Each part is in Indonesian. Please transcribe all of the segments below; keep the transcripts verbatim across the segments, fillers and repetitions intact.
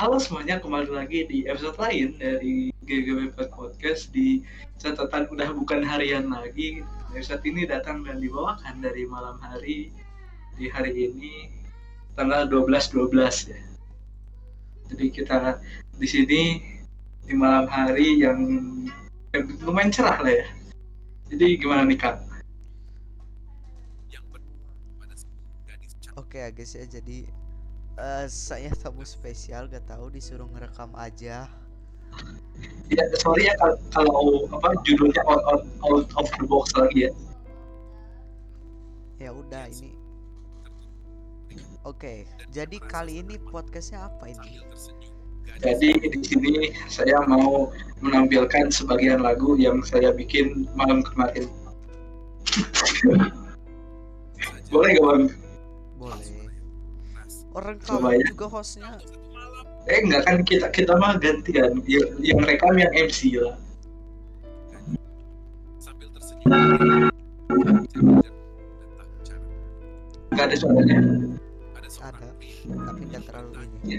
Halo semuanya, kembali lagi di episode lain dari G G W Podcast di catatan udah bukan harian lagi. Episode ini datang dan dibawakan dari malam hari di hari ini tanggal dua belas dua belas ya. Jadi kita di sini di malam hari yang lumayan cerah lah ya. Jadi gimana nih Kak? Oke ya guys ya, jadi uh, saya tamu spesial, gak tahu disuruh ngerekam aja. Ya sorry ya kalau, kalau apa judulnya out, out, out of the box lagi ya. Ya udah ini. Oke, jadi kali ini podcastnya apa ini? Jadi di sini saya mau menampilkan sebagian lagu yang saya bikin malam kemarin. Boleh gak Bang? Boleh. Orang Coba kamu ya. juga hostnya. Eh enggak kan kita kita mah gantian. Yang rekam yang M C lah. Gak ada suaranya. Ada, tapi nggak terlalu ini. Ya.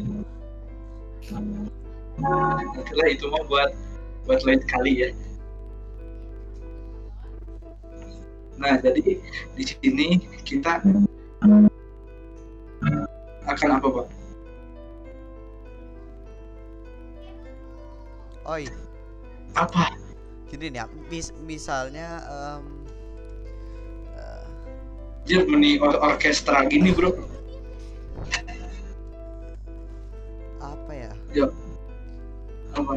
Itulah itu mah buat buat lain kali ya. Nah jadi di sini kita akan apa Pak? Oi. Apa? Gini nih, mis misalnya um, uh, Germany or orkestra gini bro. apa ya? Ya. Apa?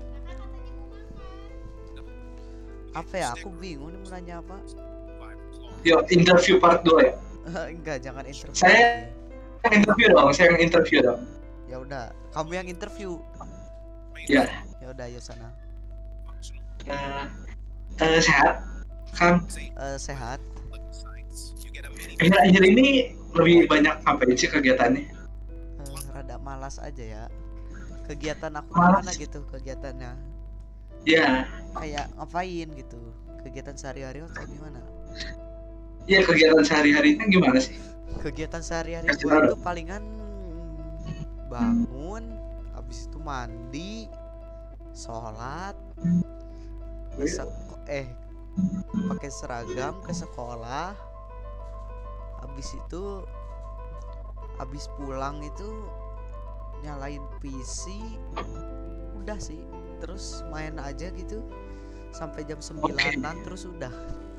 Apa ya? Aku bingung nih mau nanya apa. Yo, interview part dua ya. Enggak, jangan interview. Saya yang interview dong, saya yang interview dong. Ya udah, kamu yang interview. Ya. Ya udah, ayo sana. Uh, uh, sehat, Kang. Uh, sehat. Akhir-akhir ini lebih banyak ngapain sih kegiatannya? Uh, rada malas aja ya. Kegiatan aku Malas. gimana gitu kegiatannya? Ya. Kayak ngapain gitu? Kegiatan sehari-hari atau gimana? Ya kegiatan sehari-harinya gimana sih? Kegiatan sehari-hari Kasih gua tahu. itu palingan bangun, habis itu mandi, sholat, ke sek- eh pakai seragam ke sekolah, habis itu habis pulang itu nyalain P C, udah sih, terus main aja gitu sampai jam sembilanan, terus udah.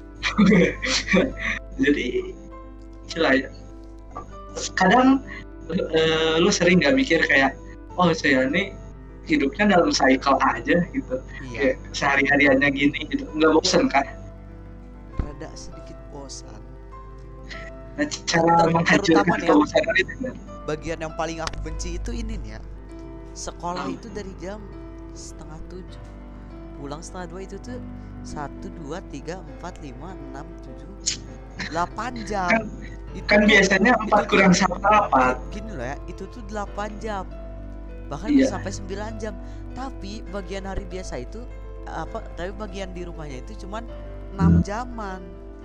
Jadi gila ya. Kadang uh, lu sering nggak mikir kayak, oh saya ini hidupnya dalam cycle aja gitu. Iya, Kayak sehari-hariannya gini gitu. Nggak bosen kan? rada sedikit bosan. Nah, cara Ter- menghancurkan terutama nih ya, kebosanan itu kan? bagian yang paling aku benci itu ini nih ya, sekolah Oh. itu dari jam setengah tujuh, pulang setengah dua, itu tuh satu dua tiga empat lima enam tujuh delapan jam. Kan, Itu kan tuh- biasanya empat itu kurang tuh- seperempat. gini loh ya, itu tuh delapan jam, bahkan Iya. bisa sampai sembilan jam. Tapi bagian hari biasa itu apa, tapi bagian di rumahnya itu cuman enam jaman.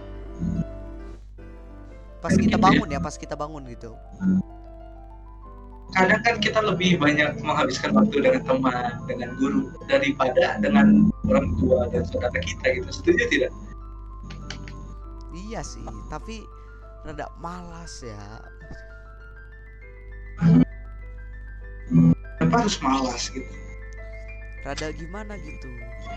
Pas Kan kita gitu ya. bangun ya, pas kita bangun gitu. Kadang kan kita lebih banyak menghabiskan waktu dengan teman, dengan guru daripada dengan orang tua dan saudara kita gitu. Setuju tidak? Iya sih, tapi rada malas ya. Kenapa harus malas gitu? Rada gimana gitu.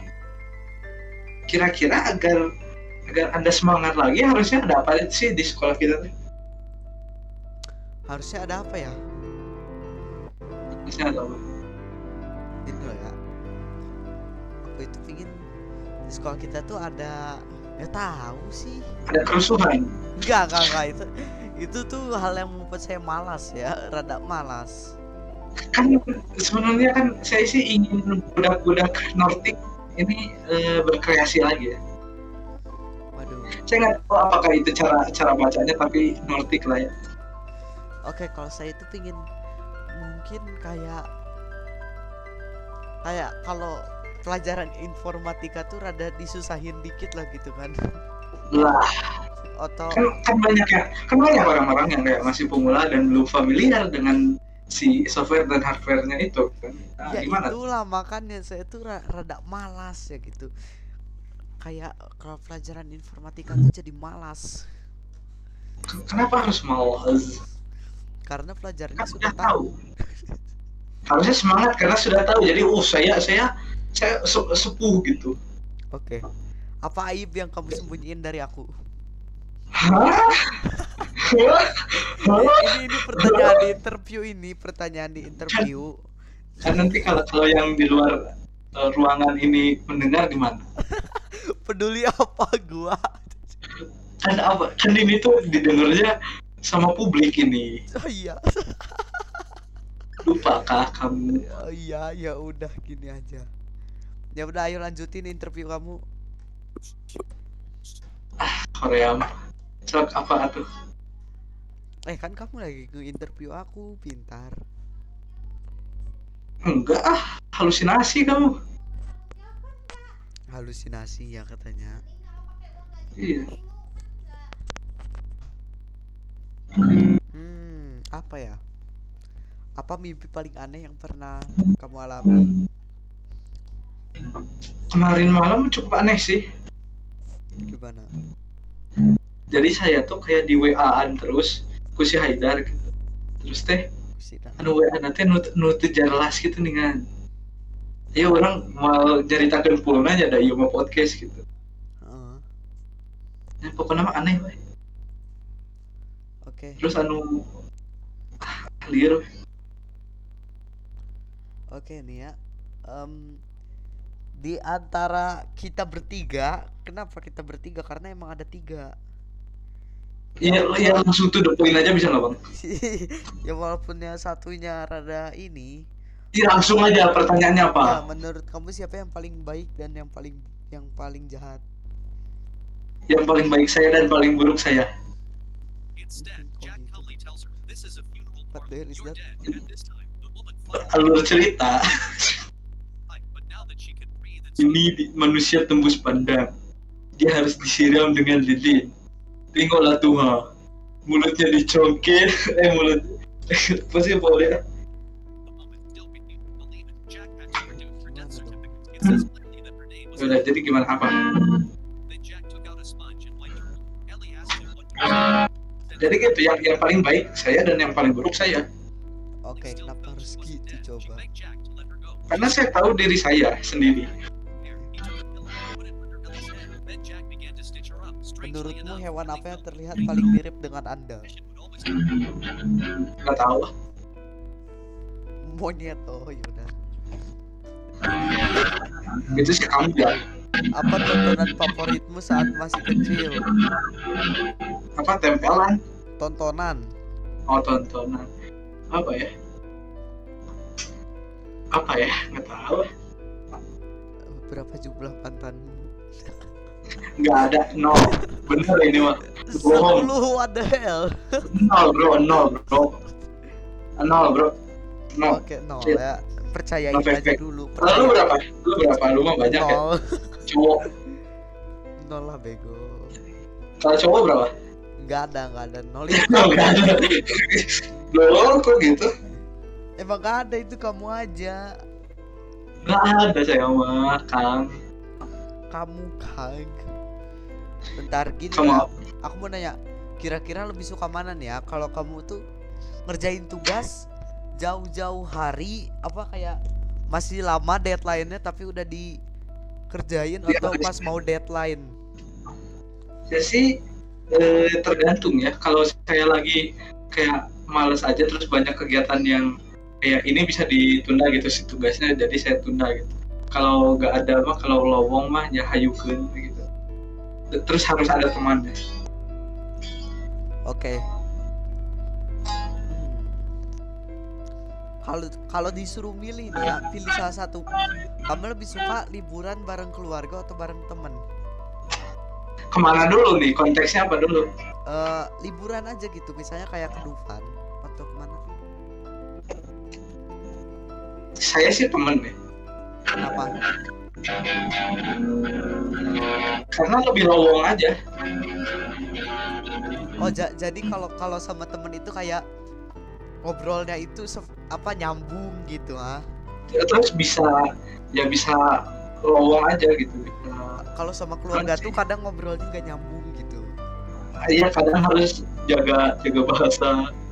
Kira-kira agar agar Anda semangat lagi harusnya ada apa sih di sekolah kita tuh? Harusnya ada apa ya? Harusnya ada apa? Ini loh ya, aku itu pingin di sekolah kita tuh ada, nggak tahu sih. Ada kerusuhan. Enggak, enggak, enggak, itu itu tuh hal yang membuat saya malas ya, rada malas. Kan sebenarnya kan saya sih ingin budak-budak Nordik ini eh, berkreasi lagi ya. Waduh. Saya nggak tahu apakah itu cara cara bacanya tapi Nordik lah ya. Oke, kalau saya itu pingin mungkin kayak kayak kalau pelajaran informatika tuh rada disusahin dikit lah gitu kan. Lah, Atau kan, kan banyak ya, kan banyak orang-orang yang kayak masih pemula dan belum familiar dengan si software dan hardware-nya itu kan. Nah, Ya gimana? itulah makanya saya tuh ra- rada malas ya gitu. Kayak kalau pelajaran informatika tuh jadi malas Kenapa harus malas? karena pelajarannya Kan sudah sudah tahu. tahu. Harusnya semangat karena sudah tahu. Jadi oh saya saya saya se- sepuh gitu. Oke. Apa aib yang kamu sembunyiin dari aku? Hah? Hah? Eh, Hah? ini ini pertanyaan di interview ini, pertanyaan di interview. Kan nanti kalau kalau yang di luar eh, ruangan ini mendengar gimana? Peduli apa gua? Kan apa? Kan ini tuh didengarnya sama publik ini. Oh iya. Lupakah kamu? Oh iya, ya udah gini aja. Ya udah ayo lanjutin interview kamu. Korea mah. Sok apa tuh? Eh kan kamu lagi nge-interview aku, pintar. Enggak ah, halusinasi kamu. Halusinasi ya katanya. Iya. Hmm, apa ya? Apa mimpi paling aneh yang pernah kamu alami? Kemarin malam cukup aneh sih. Gimana? Jadi saya tuh kayak di W A-an terus ku si Haidar gitu. Terus teh Kusina. anu W A nanti nu nu teu jelas gitu nih kan. Ya orang mau nyaritakeun pulna nya da ieu mah podcast gitu. Heeh. Nah, pokoknya mah aneh we. Oke. Terus anu ah, liar we. Oke nih ya. Em, di antara kita bertiga, kenapa kita bertiga? Karena emang ada tiga. Iya, ya langsung to the point aja bisa nggak bang? Ya walaupun yang satunya rada ini. Iya langsung aja pertanyaannya apa? Ya menurut kamu siapa yang paling baik dan yang paling yang paling jahat? Yang paling baik saya dan paling buruk saya. Instead, Jack calmly tells her, "This is a funeral What party. the hell is You're that? dead." At this time, the woman finally Alur cerita died, but now that she can breathe and ini di- manusia tembus pandang. Dia harus disiram dengan lilin. Tengoklah Tuhan, mulutnya dicongkel, eh mulut, apa sih boleh? the woman still began to believe it. Jack had to produce her death certificate. It says plainly that her name was. Udah, jadi gimana apa? Then Jack took out a sponge and wiped her. Ellie asked him what to do. Jadi gitu, yang yang paling baik saya dan yang paling buruk saya. Oke, Still kenapa felt harus she wasn't gitu dead. She coba? begged Jack to let her go. Karena saya tahu diri saya sendiri. Here, he took a pillow, put it under Ellie's head. Then Jack began to stitch her up. Strangely Menurutmu enough, hewan they apa yang felt terlihat pretty paling good. mirip dengan Anda? Mission would always come. Nggak tahu. Monyet. Oh yaudah. Itu sih kamu ya. Apa tontonan favoritmu saat masih kecil? Apa tempelan? Tontonan. Oh tontonan. Apa ya? Apa ya? Nggak tahu. Berapa jumlah pantanmu? Nggak ada. Nol. Bener ini mah. Bohong. Sepuluh, what the hell? Nol bro. Nol bro. Nol bro. Nol. Oke, nol Shit. ya. Percayain No fake, aja fake. dulu. Lalu Percaya. berapa? Lu berapa? Lu mah banyak ya. Nol. Cowok. Nol lah bego. Kalau cowok berapa? Nggak ada, nggak ada nol itu. Nggak ada. Loh, kok gitu? Emang nggak ada, itu kamu aja. Nggak ada saya mah, Kang. Kamu Kang. Bentar gini Kamu ya. apa? Aku mau nanya, kira-kira lebih suka mana nih ya? Kalau kamu tuh ngerjain tugas jauh-jauh hari, apa kayak masih lama deadline-nya tapi udah dikerjain Iya, atau habis. pas mau deadline? Ya sih eh, tergantung ya. Kalau saya lagi kayak males aja terus banyak kegiatan yang kayak ini bisa ditunda gitu sih tugasnya, jadi saya tunda gitu. Kalau nggak ada mah, kalau lowong mah ya hayukeun gitu. Terus harus ada temannya. Oke. Hmm. Kalau kalau disuruh milih nih ya, pilih salah satu. Kamu lebih suka liburan bareng keluarga atau bareng temen? Kemana dulu nih? Konteksnya apa dulu? Eh, liburan aja gitu, misalnya kayak ke Dufan atau kemana? Saya sih temen nih. Kenapa? Karena lebih lowong aja. Oh ja- jadi kalau kalau sama temen itu kayak ngobrolnya itu sef- apa nyambung gitu ah. Terus bisa ya bisa lowong aja gitu. Bisa, Kalau sama keluarga tuh kadang ngobrolnya nggak nyambung gitu. iya kadang harus jaga jaga bahasa,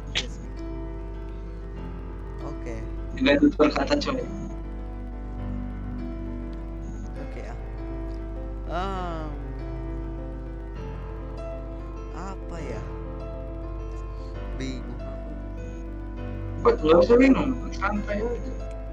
Oke, jaga tutur kata coy. oke ya. Em, apa ya? Bingung aku. Kok nggak usah bingung, santai aja.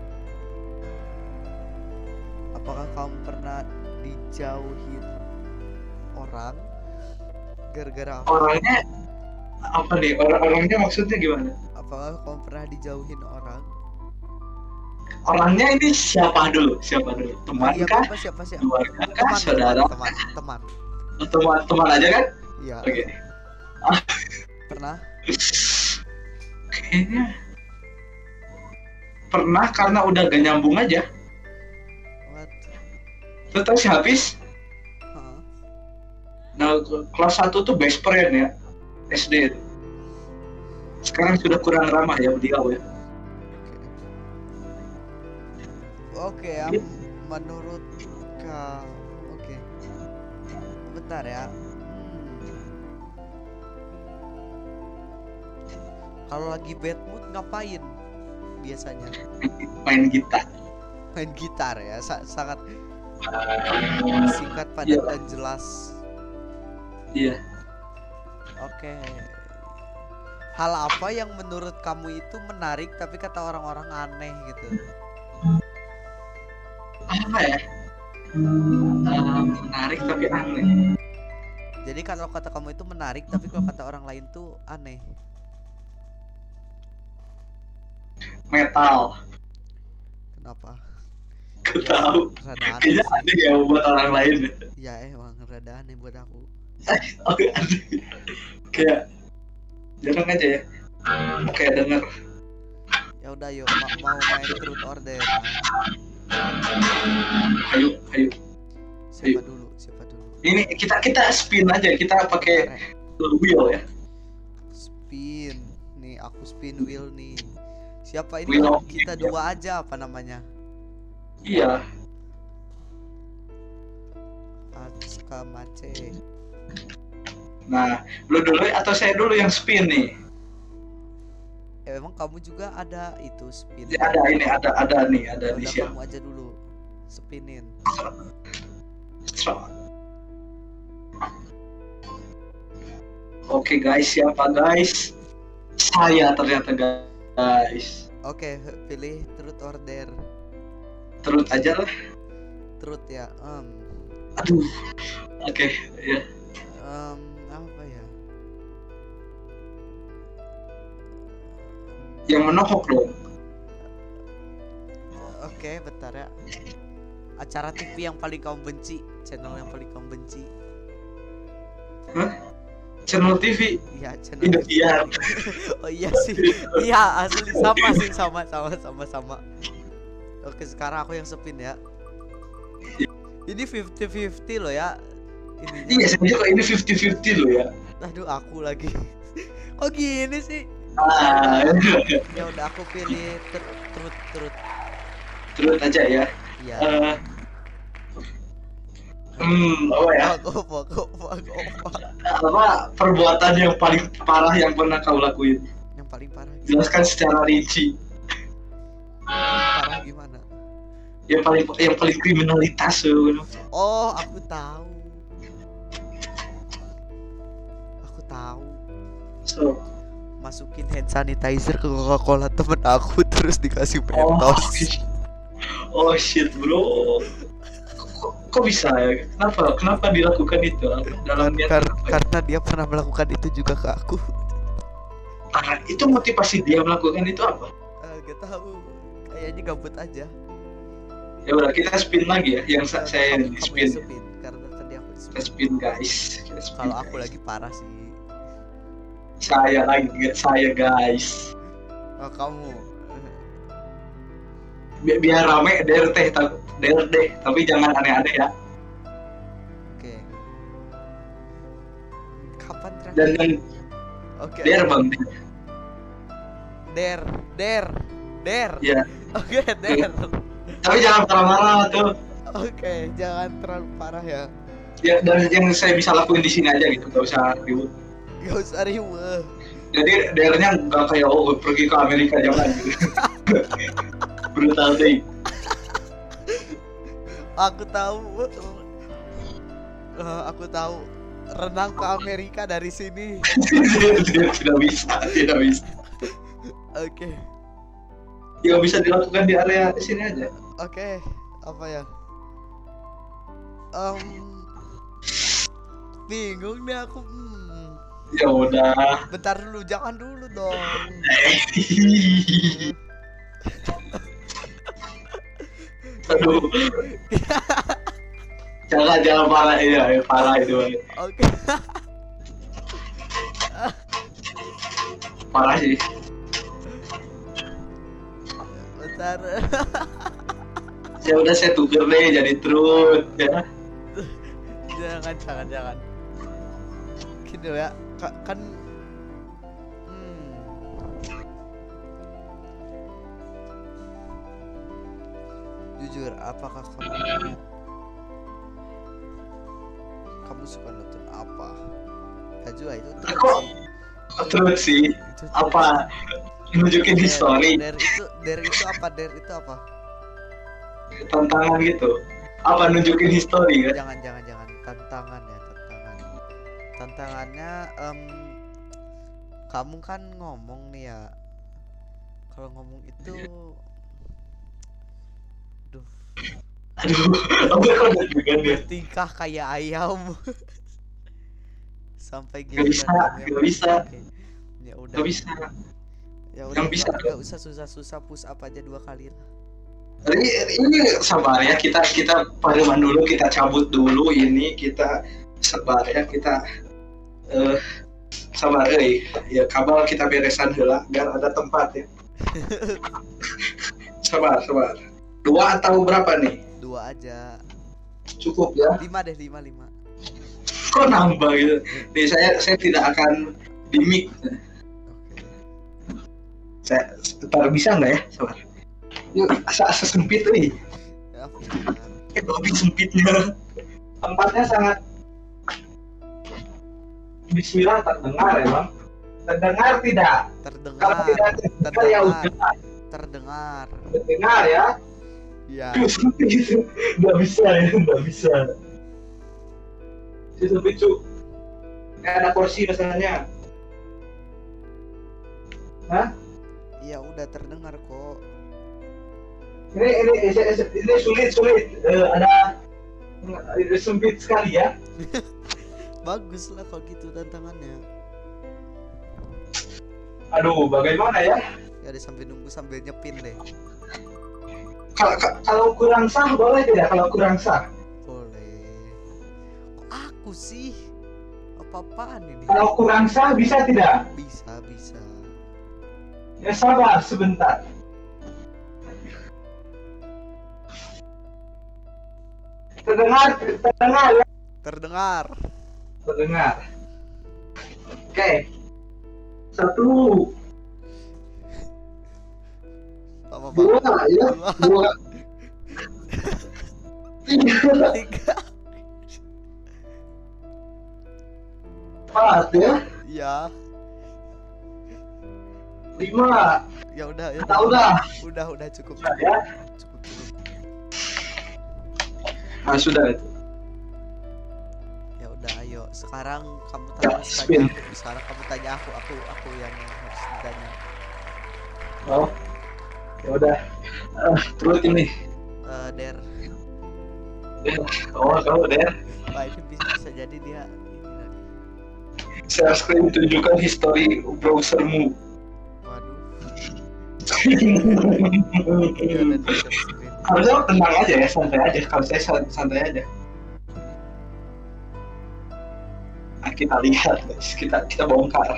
Apakah kamu pernah dijauhin orang gara-gara apa? Orangnya apa nih? Orang-orangnya maksudnya gimana? Apakah kamu pernah dijauhin orang? Orangnya ini siapa dulu? Siapa dulu? Teman Iya, kah? siapa siapa siapa? Keluarga kah? Teman, Saudara? teman, teman, teman. Teman teman aja kan? Iya. Oke. Pernah? Kayaknya pernah karena udah gak nyambung aja. What? Lu tau si Hafiz? Hah? Nah, kelas satu tuh best friend ya, S D. Sekarang sudah kurang ramah ya beliau ya. Oke ya, Iya. menurut kamu, oke. Bentar ya. Hmm. Kalau lagi bad mood ngapain biasanya? Main gitar. Main gitar ya, sa- sangat singkat, padat, Iya. dan jelas. Iya. Oke. Hal apa yang menurut kamu itu menarik tapi kata orang-orang aneh gitu? Apa ya? Ah, menarik tapi aneh. Jadi kalau kata kamu itu menarik tapi kalau kata orang lain tuh aneh. Metal. Kenapa? Aku tahu. Rada aneh Kayaknya sih. aneh ya buat orang lain. Ya emang rada aneh buat aku. Oke, aneh. Kayak jarang aja ya. Oke, denger. Ya udah yuk, ma- mau main truth or dare. Ayo, ayo. Siapa Ayo. dulu? Siapa dulu? Ini kita kita spin aja. Kita pakai Bentar ya. wheel ya. Spin. Nih aku spin wheel nih. Siapa ini? Wheel Kan of kita Fortune. dua aja apa namanya? Iya. Atsuka Mace. Nah, lu dulu atau saya dulu yang spin nih? Eh, emang kamu juga ada itu spin? Ya, ada ini, ada ada nih, Ya ada di udah siap. kamu aja dulu spinin. Oke guys, siapa guys? Saya ternyata guys. Oke, pilih truth or dare. Terus aja lah. Truth ya. Um, Aduh. Oke, ya. um, apa ya? Yang menohok dong. Oke, bentar ya. Acara T V yang paling kamu benci, channel yang paling kamu benci. Hah? Channel T V Iya, channel Indosiar. Oh iya sih. Iya, asli sama sih, sama sama sama sama. Oke, sekarang aku yang spin ya. Ini fifty fifty loh ya. Ininya. Iya, sebenarnya kok ini fifty fifty loh ya. Aduh, aku lagi. Kok gini sih? Ah, Ya udah aku pilih tr- truth truth. terus aja ya. Iya. Eh, hmm, apa ya? Gopa, gopa, gopa. Apa perbuatan yang paling parah yang pernah kau lakuin? Yang paling parah. Jelaskan secara rinci. Parah gimana? Yang paling yang paling kriminalitas tuh. Oh, aku tahu. Aku tahu. So, Masukin hand sanitizer ke Coca-Cola temen aku terus dikasih oh, Mentos. oh shit bro. Kok, kok bisa ya? Kenapa? Kenapa dilakukan itu? Dalam Kar- niat kar- apa ya? karena dia pernah melakukan itu juga ke aku. Ah, itu motivasi dia melakukan itu apa? Eh, gak tahu. Kayaknya gabut aja. Ya udah kita spin lagi ya. Yang sa- Ya, saya kamu- kamu yang spin. spin, karena tadi aku Kita spin. spin guys. Kita spin, Kalau aku guys. lagi parah sih. Saya lagi saya guys. Oh, kamu. Bi- biar rame der teh ta- der deh tapi jangan aneh-aneh ya. Oke. Kapan Dan terakhir? yang Oke. der bang. Der, der, der. Ya. Oke, der. Tapi jangan marah-marah tuh. Oke, jangan terlalu parah ya. Ya, dan yang saya bisa lakuin di sini aja gitu, nggak usah ribut. Gak usah riweh. Jadi daerahnya nggak kayak oh pergi ke Amerika, jangan gitu. Brutal deh. Aku tahu. Eh, aku tahu renang ke Amerika dari sini. Tidak bisa, tidak bisa. Oke, Yang bisa dilakukan di area sini aja. oke. Apa ya? Em, bingung nih aku. Hmm. Ya udah. Bentar dulu, jangan dulu dong. Aduh. Jangan jangan parah ya, parah itu. Oke. Parah sih. Bentar. Ya udah saya tuker deh jadi truth ya. Jangan, jangan, jangan. Gini ya, ka- kan hmm. Jujur, apakah kamu kamu suka nonton apa? Kajua itu truth Kok sih. truth sih? Itu truth Apa? Nunjukin sih. history, Der, der itu, der itu apa? Der itu apa? tantangan gitu. Apa nunjukin history kan? Jangan, jangan, jangan. Tantangan ya, tantangan. Tantangannya, em, kamu kan ngomong nih ya. Kalau ngomong itu, duh, Aduh, apa kok juga dia? tingkah kayak ayam. Sampai Gak gitu bisa, kan kamu ya. gak bisa, Oke. Ya udah. gak bisa. Ya udah, Yang bisa nggak- tuh. nggak usah susah-susah, push up aja dua kali lah. Ini, ini sabar ya, kita kita pademan dulu, kita cabut dulu ini, kita sabar ya, kita eh sabar eh ya kabel kita beresan dulu biar ada tempat ya. Sabar, sabar. Dua atau berapa nih? Dua aja. Cukup ya? Lima deh, lima, lima. Kok nambah gitu? Nih saya saya tidak akan di mic. Oke. Saya ntar bisa nggak ya? Sabar. Yuk, asa asa sempit nih. Ya, benar. Eh, lebih sempitnya. Tempatnya sangat. Bismillah terdengar ya bang. Terdengar tidak? Terdengar. Kalau tidak terdengar ya udah. Terdengar. Terdengar ya. Ya. Duh, sempit itu. Nggak bisa ya, nggak bisa. Si sempit cu. Kayak ada kursi misalnya. Hah? Ya udah terdengar kok. Ini ini ini, ini sulit sulit. Eh, ada ini sempit sekali ya. Bagus lah kalau gitu tantangannya. Aduh, bagaimana ya? Ya deh, sambil nunggu sambil nyepin deh. Kalau kalau kurang sah boleh tidak? Kalau kurang sah? Boleh. Kok aku sih? Apa-apaan ini? Kalau kurang sah bisa tidak? Bisa, bisa. Ya sabar sebentar. Terdengar, terdengar ya? Terdengar. Terdengar. Oke. Satu, Apa dua ya, dua, tiga, Tiga. empat ya, Ya. lima. Ya udah, ya Udah, udah. Udah, udah cukup. Sudah ya? Cukup, cukup. Ah sudah itu. Ya udah, ayo. Sekarang kamu Ya, tanya spin. tanya aku. Sekarang kamu tanya aku, aku aku yang harus ditanya. Oh, ya udah. Ah, terus ini. Eh, Der. Oh, kamu deh. Wah, ini bisa, bisa jadi dia ini lagi. Share screen tunjukkan history browsermu. Waduh. Ya udah, di share screen. Harusnya tenang aja ya, santai aja. Kalau saya san- santai aja. Nah, kita lihat, guys. Kita kita bongkar.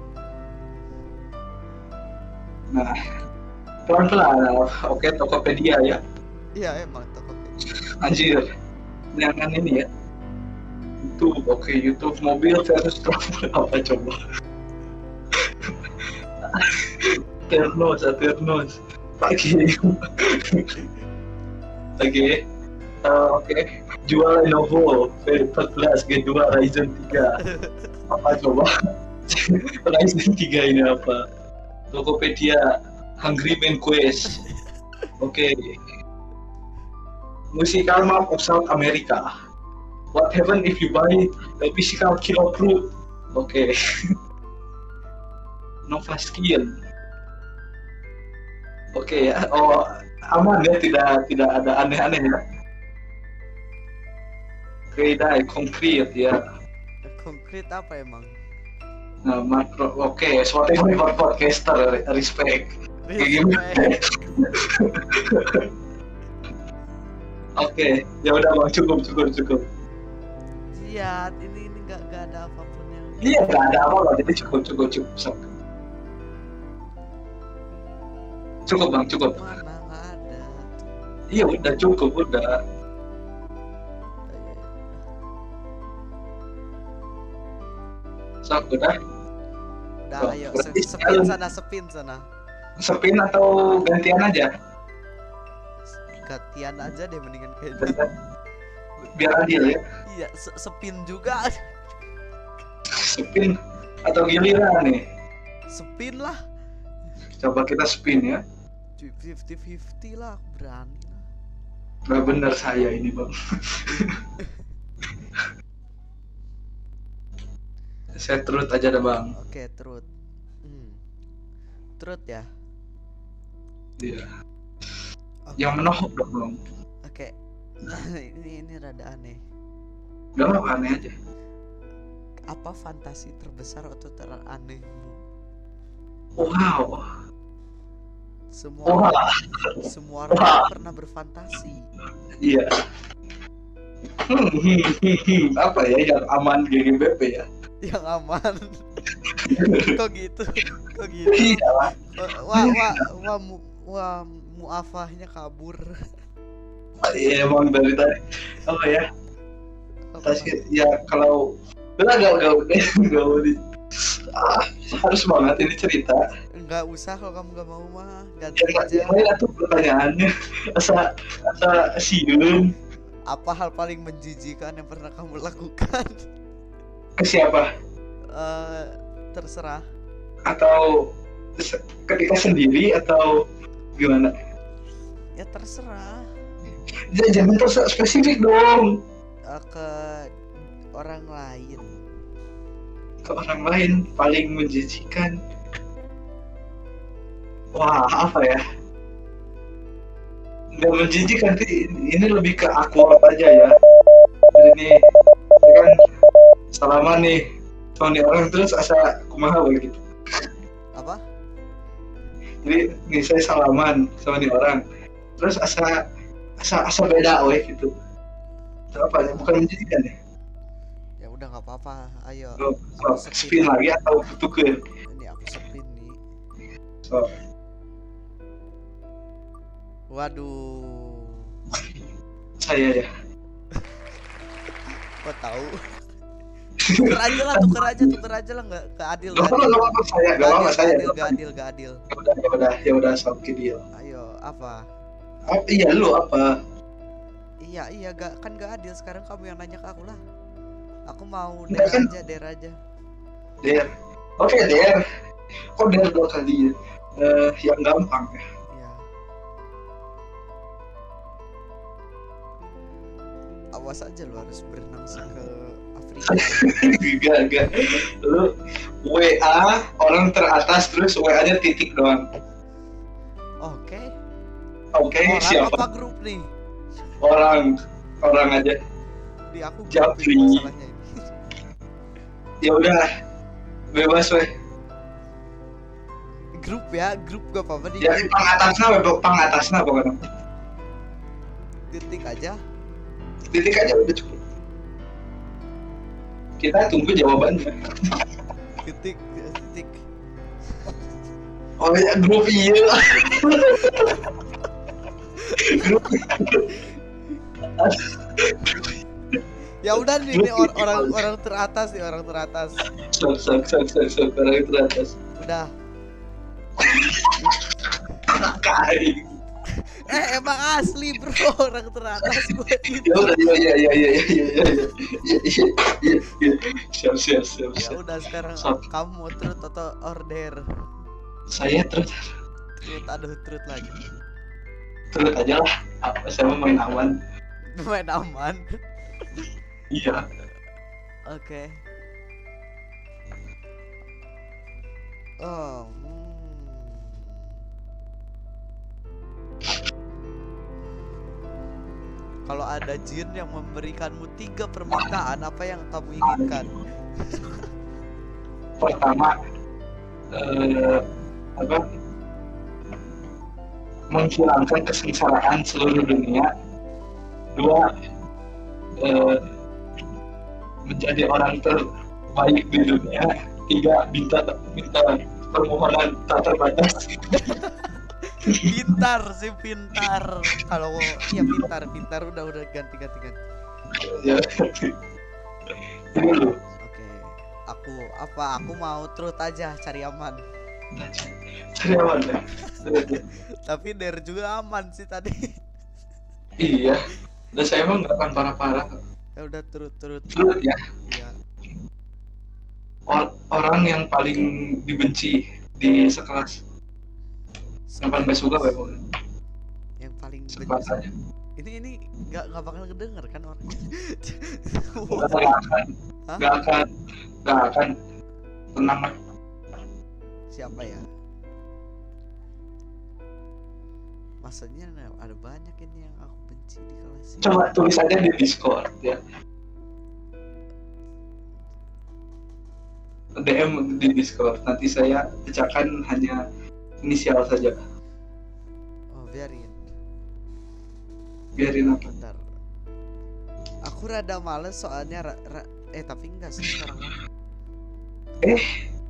Nah, pelan-pelan. Oke, Tokopedia ya. Iya, emang Tokopedia. Anjir. Jangan ini ya. YouTube, oke, YouTube mobil versus travel apa coba? Saturnus, Saturnus. Oke. Oke. Eh, Oke. Jual Lenovo V empat belas Gen dua Ryzen tiga. Apa coba? Ryzen tiga ini apa? Tokopedia Hungry Man Quest. Oke. Musical map of South America. What happen if you buy a physical kilo fruit? Oke. Nova Skin. Oke ya. Oh, aman ya, tidak tidak ada aneh-aneh ya. Kedai konkret ya. Konkret apa emang? Nah, makro. Oke, suatu yang buat podcaster, respect. Kayak gimana? Oke, ya udah bang, cukup cukup cukup. Lihat, ini ini nggak nggak ada apapun yang. Iya, nggak ada apa-apa, jadi cukup cukup cukup. Sok. Cukup bang, cukup. Mana nggak ada. Iya udah cukup udah. Sok udah. Udah, Oh, ayo berarti se- sepin sekarang- sana, sepin sana. Spin atau gantian aja? Gantian aja deh mendingan kayaknya. Biar adil ya. Iya, se- sepin juga. Spin atau giliran nih. Sepin lah. Coba kita spin ya. fifty fifty lah, aku berani lah. Gak bener saya ini bang. Saya truth aja dah bang. Oke, truth. Hmm. Truth ya. Iya. Oke. Yang menohok dong bang. Oke. ini ini rada aneh. Gak apa aneh aja. Apa fantasi terbesar atau teranehmu? Wow. Semua Wah. orang, semua orang Wah. pernah berfantasi. Iya. Hmm, hmm, hmm, hmm. Apa ya yang aman G G B P ya? Yang aman. Kok gitu? Kok gitu? Iya lah. Wah, wah, wah, mu, wah, muafahnya kabur. Iya emang dari tadi. Apa ya? Apa Pasti ya kalau udah gak gak gak mau di. Ah, harus banget ini cerita. Enggak usah kalau kamu gak mau mah, ganti Yang aja. yang lain tuh pertanyaannya asa asa siun Apa hal paling menjijikan yang pernah kamu lakukan? ke siapa Eh, terserah. atau se- ketika sendiri atau gimana? Ya terserah. J- Jangan terus spesifik dong Eh, ke orang lain. ke orang lain paling menjijikan. Wah apa ya? Nggak menjijikan sih, ini lebih ke awkward aja ya. Ini ini kan salaman nih sama nih orang terus asa kumaha we gitu. Apa? Jadi nih saya salaman sama nih orang terus asa asa asa beda we gitu. Itu apa ya? Bukan menjijikan ya? Ya udah nggak apa-apa. Ayo. So, Aku so, spin sepin. lagi atau putukeun? Ini aku sepin nih. So, Waduh. saya ya. Kok tahu? Tuker aja lah, tuker aja, tuker aja lah, nggak nggak adil. Gak apa-apa, gak apa-apa saya, gak apa-apa saya. Gak adil, gak adil, gak adil. Ya udah, ya udah, ya udah, sampai deal. Ayo, apa? Oh, iya lu apa? Iya, iya, gak kan gak adil. Sekarang kamu yang nanya ke aku lah. Aku mau Enggak der kan? aja, der aja. Der. Oke, Der. Kok Der dua kali ya? Eh, yang gampang ya. Iya. Awas aja lu harus berenang sih ke Afrika. Enggak, enggak. Lu W A orang teratas terus W A-nya titik doang. Oke. Oke, Orang siapa? apa grup nih? Orang, orang aja. Di aku grup Japri. ini masalahnya ini. Ya udah, bebas weh. Grup ya, grup gak apa-apa di Ya, pang atasnya, weh, pang atasnya pokoknya. titik aja. Titik aja udah cukup. Kita tunggu jawabannya. Titik, titik. Oh ya, grup iya. Grup. Ya udah nih, ini or- orang orang teratas nih, orang teratas. Sok, sok, sok, sok, sok, orang teratas. Udah. Kain. Eh emang asli bro, orang teratas gue itu. Ya udah, iya iya iya iya iya iya iya iya iya iya. Siap siap siap Ya siap. udah sekarang Sop. kamu truth atau order? Saya terus Truth, aduh truth lagi. terus aja lah. Apa saya mau main aman. Main aman. Iya. Oke. Oh. hmm. Kalau ada jin yang memberikanmu tiga permintaan, apa yang kamu inginkan? Pertama eh, apa menghilangkan kesengsaraan seluruh dunia. Dua eh, menjadi orang terbaik di dunia. Tiga minta minta permohonan tak terbatas. Pintar sih pintar. Kalau ya pintar pintar udah udah ganti ganti ganti. Ya. Ini lu. Oke. Aku apa? Aku mau truth aja, cari aman. Cari aman ya. Tapi der juga aman sih tadi. Iya. Dan saya emang nggak akan parah-parah. Ya udah truth truth. Terus ya. Iya. Or- orang yang paling dibenci di sekelas. Yang paling suka apa ya? Yang paling Sekelas benci. aja. Ini ini nggak nggak bakal kedenger kan orangnya. Nggak akan. Hah? Nggak akan. Nggak akan. Tenang lah. Siapa ya? Maksudnya ada banyak ini yang aku benci di kelas ini. Coba tulis aja di Discord ya. D M di Discord. Nanti saya bacakan hanya inisial saja. Oh biarin. Biarin apa? Bentar. Aku rada males soalnya ra, ra, eh tapi enggak sih sekarang mah. Eh.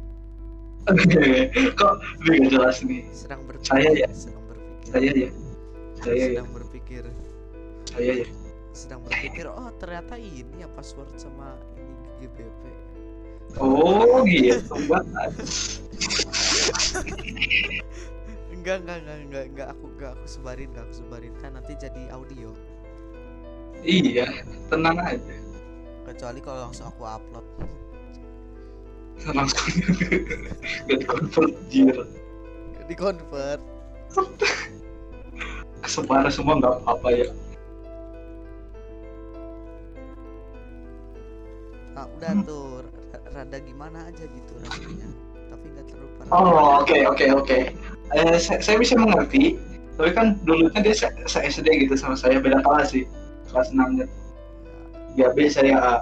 Kok lebih gak jelas nih? Sedang berpikir. Saya ya? Sedang berpikir. Saya ya. Saya ya. sedang berpikir. Saya ya. Sedang berpikir. Oh ternyata ini ya password sama ini G B P. Oh gitu banget. Enggak enggak enggak enggak enggak aku enggak aku sebarin enggak aku sebarin kan nanti jadi audio. Iya, tenang aja. Kecuali kalau langsung aku upload. Langsung gak convert jir. Di convert. Kesebar semua nggak apa-apa ya. Ah udah tuh r- rada gimana aja gitu rasanya. Tapi enggak terlalu parah. Oh oke oke oke. Eh, saya, saya bisa mengerti. Tapi kan dulunya dia se- se-S D gitu sama saya, beda kelas sih. Kelas enam Ya. ya B saya A.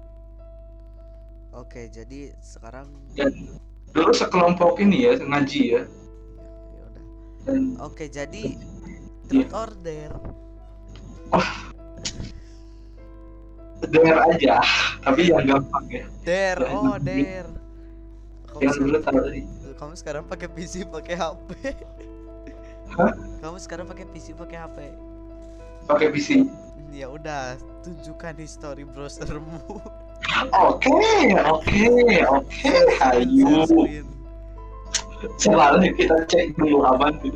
Oke, jadi sekarang Dan dulu sekelompok ini ya ngaji ya. ya, ya udah. Dan Oke, jadi Iya. truth order. der aja, tapi yang gampang ya. Der, Ya, oh yang- der. Kamu Yang dulu sekarang, tadi. kamu sekarang pakai P C pakai H P. Hah? Kamu sekarang pakai P C pakai H P. Pakai P C. Ya udah, tunjukkan history browsermu. Oke, oke, oke. Hayu. Share screen. Selalu kita cek dulu aman gitu.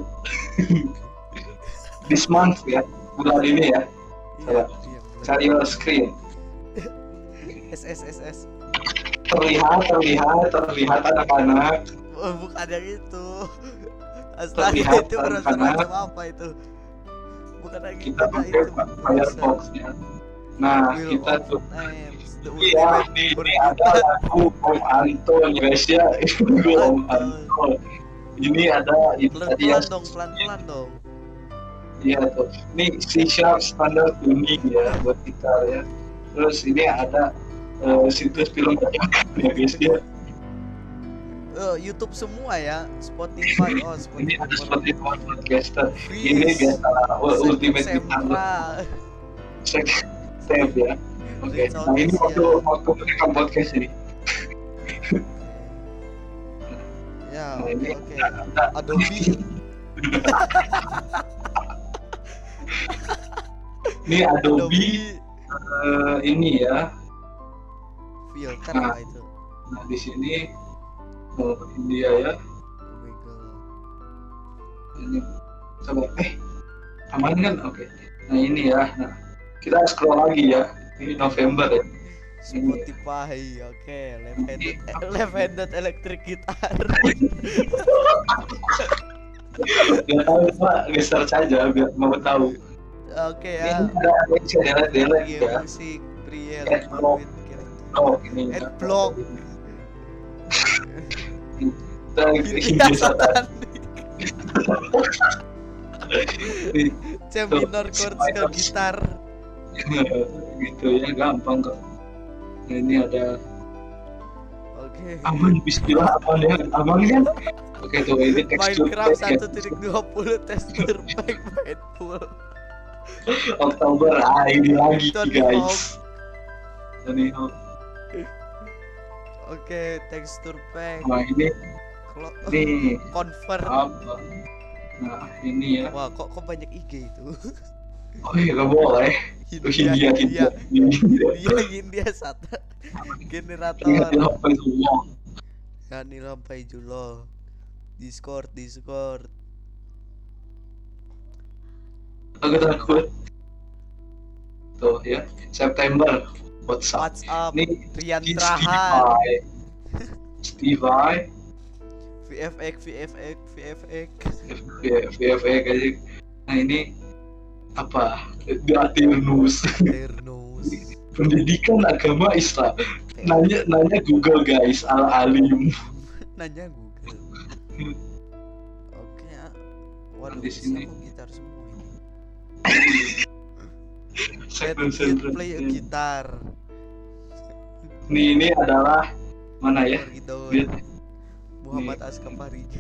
This month ya, bulan ini ya. Iya, iya. Cari your screen. S S S S. Terlihat, terlihat, terlihat anak-anak. Oh, bukan yang itu. Astaga, Terlihat itu browser anak-anak. macam apa itu? Bukan yang itu, Kita enggak pakai itu. Firefox-nya. Nah, Wheel kita of tuh. Times, the Iya, ultimate ini, ini berita. ada lagu Om Anton guys ya. Itu Om Anton. Ini ada ini tadi ya. Pelan-pelan dong, pelan-pelan dong. Iya tuh. Ini C sharp standar tuning ya buat gitar ya. Terus ini ada eh, situs film bajakan ya guys ya. Oh, YouTube semua ya, Spotify, oh Ini Spotify. ada Spotify podcaster. Freeze. Ini biasa uh, ultimate Sempra. guitar check save ya. Oke. Sound Nah ini Asia. waktu waktu merekam podcast ini. Ya, Nah oke ini oke. ada Adobe. ini Adobe eh, ini ya. Filter Nah. apa itu? Nah di sini oh, India ya. Wiggle. Ini Coba, eh, aman kan? Oke. Nah ini ya, nah kita scroll lagi ya. Ini November ya. Spotify, oke, left-handed, eh, left-handed electric guitar. Gak tahu Pak, geser saja biar mau tahu. Oke Ini ya. ada ada delete-delete Lagi ya. musik pria Adblock. Oh, ini. Adblock. Kita Ini India satan. Nih, C minor chords ke gitar. gitu ya, gampang kok. Nah, ini ada Oke. aman, bismillah, aman ya, aman kan? Oke tuh, ini tekstur Minecraft pack ya. satu titik dua puluh texture pack Mindful. Oktober, ah ini lagi Tony guys. Tony Hawk. Oke, texture pack. Nah ini, Kalau nih convert. apa? Nah ini ya. Wah, kok kok banyak I G itu? Oh iya nggak boleh. Oh, India, India, India. India, India satu generator. Ingat apa itu? Wow. Yani lampai julo. Discord, Discord. Aku takut. Tuh ya, September. WhatsApp. WhatsApp. Ini Rian di Trahan. Stevie, V F X, V F X, V F X. V F X aja. Nah ini apa? Gatirnus. Ternus. Pendidikan agama Islam. Nanya nanya Google guys, al alim. Nanya Google. Oke. ah. Waduh, Di bisa sini. kok gitar semua ini. Let Segmen it segmen. play a guitar. Nih ini adalah mana ya? Ridho. Lihat Muhammad Aska Farija.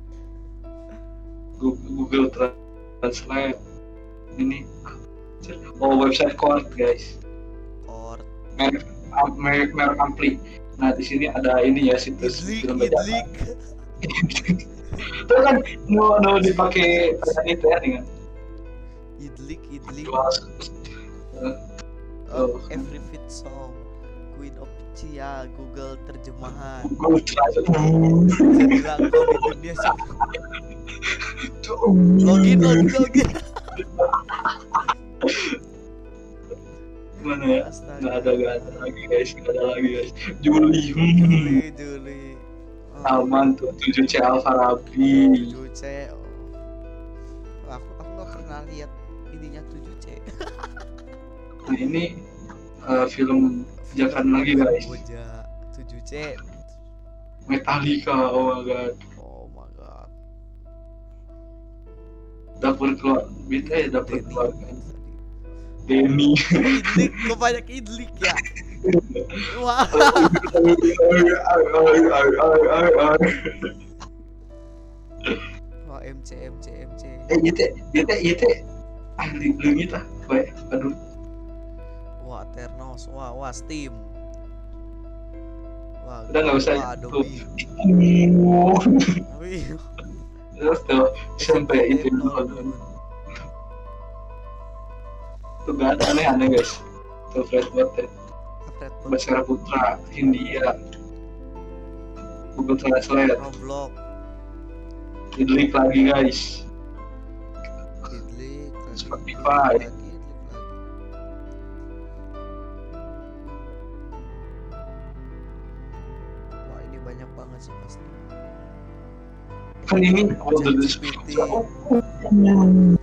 Google Translate. Ini oh website Chord guys. Or Merek merek merek ampli. Nah di sini ada ini ya situs Idlik, film Idlik. Itu kan mau mau dipakai itu ya dengan Idlik, Idlik. jual. Oh, Oh. every fit song. Queen of Cia, Google terjemahan. Google Translate. Jadi lagu di dunia sih. Login, login, login. Mana ya? Astaga. Nggak ada, nggak ada lagi guys, nggak ada lagi guys. Juli, hmm. Juli, Juli. Oh, Aman tuh, tujuh C Alfarabi. tujuh C. Oh. Aku aku nggak pernah lihat ininya tujuh C. Nah ini uh, film pijakan lagi guys. Boja tujuh C. Metallica, oh my god. Oh my god. Dapur keluar, beda ya dapur Denny. keluarga. Denny. Idlik, kok banyak idlik ya? Wah. Wah, M C, M C, M C. Eh, yete, yete, yete. Ah, lingit ah, baik. Aduh. Wah, Ternos. Wah, wah, Steam. Wah, Udah nggak usah wah, itu. Adobe. Uh. Wih, Terus tuh sampai itu Nodun. nonton. Tuh gak ada aneh-aneh guys. Tuh Fred Watt, Fred Baskara Putra, Hindia, Google Translate, Roblox, Idlik lagi guys. Idlik, lagi, Spotify. Idlik lagi, Idlik lagi. Wah, ini banyak banget sih pasti. Kan ini oh, the ChatGPT. oh, Oh, Venmo.